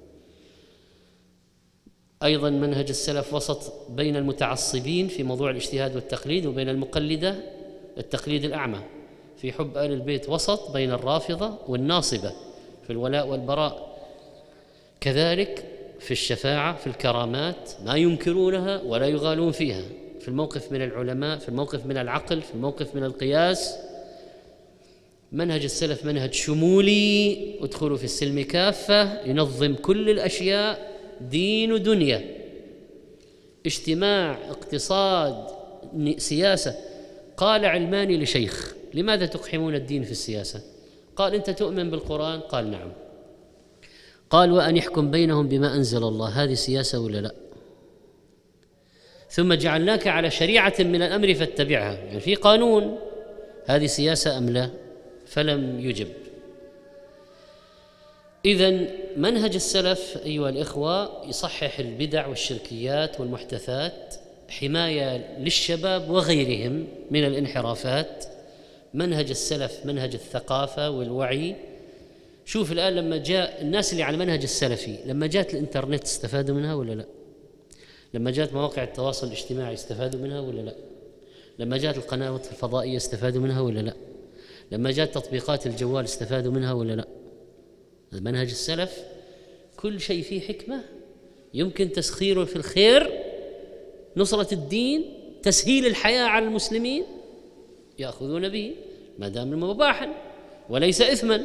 أيضا منهج السلف وسط بين المتعصبين في موضوع الاجتهاد والتقليد وبين المقلدة التقليد الأعمى. في حب آل البيت وسط بين الرافضة والناصبة في الولاء والبراء. كذلك في الشفاعة في الكرامات ما ينكرونها ولا يغالون فيها. في الموقف من العلماء، في الموقف من العقل، في الموقف من القياس. منهج السلف منهج شمولي، ادخلوا في السلم كافة، ينظم كل الأشياء، دين ودنيا، اجتماع، اقتصاد، سياسة. قال علماني لشيخ: لماذا تقحمون الدين في السياسة؟ قال: أنت تؤمن بالقرآن؟ قال: نعم. قال: وأن يحكم بينهم بما أنزل الله، هذه سياسة ولا لا؟ ثم جعلناك على شريعة من الأمر فاتبعها، يعني في قانون، هذه سياسة أم لا؟ فلم يجب. إذن منهج السلف أيها الإخوة يصحح البدع والشركيات والمحدثات، حماية للشباب وغيرهم من الانحرافات. منهج السلف منهج الثقافة والوعي. شوف الآن لما جاء الناس اللي على المنهج السلفي، لما جاءت الإنترنت استفادوا منها ولا لا؟ لما جاءت مواقع التواصل الاجتماعي استفادوا منها ولا لا؟ لما جاءت القنوات الفضائية استفادوا منها ولا لا؟ لما جاءت تطبيقات الجوال استفادوا منها ولا لا؟ منهج السلف كل شيء فيه حكمة، يمكن تسخيره في الخير، نصرة الدين، تسهيل الحياة على المسلمين، يأخذون به ما دام مباحا وليس إثما.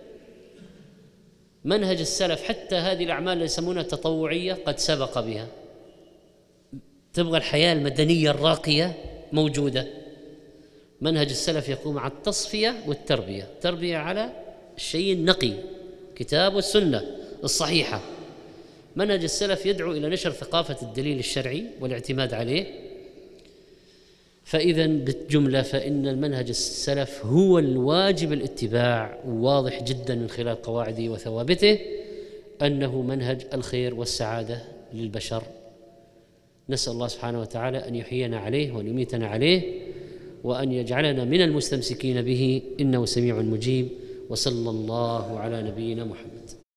منهج السلف حتى هذه الأعمال اللي يسمونها تطوعية قد سبق بها. تبغى الحياة المدنية الراقية موجودة. منهج السلف يقوم على التصفية والتربية، تربية على الشيء النقي، كتاب والسنة الصحيحة. منهج السلف يدعو إلى نشر ثقافة الدليل الشرعي والاعتماد عليه. فإذا بالجملة فإن المنهج السلف هو الواجب الاتباع، واضح جدا من خلال قواعده وثوابته أنه منهج الخير والسعادة للبشر. نسأل الله سبحانه وتعالى أن يحيينا عليه وأن يميتنا عليه وأن يجعلنا من المستمسكين به، إنه سميع مجيب. وصلى الله على نبينا محمد.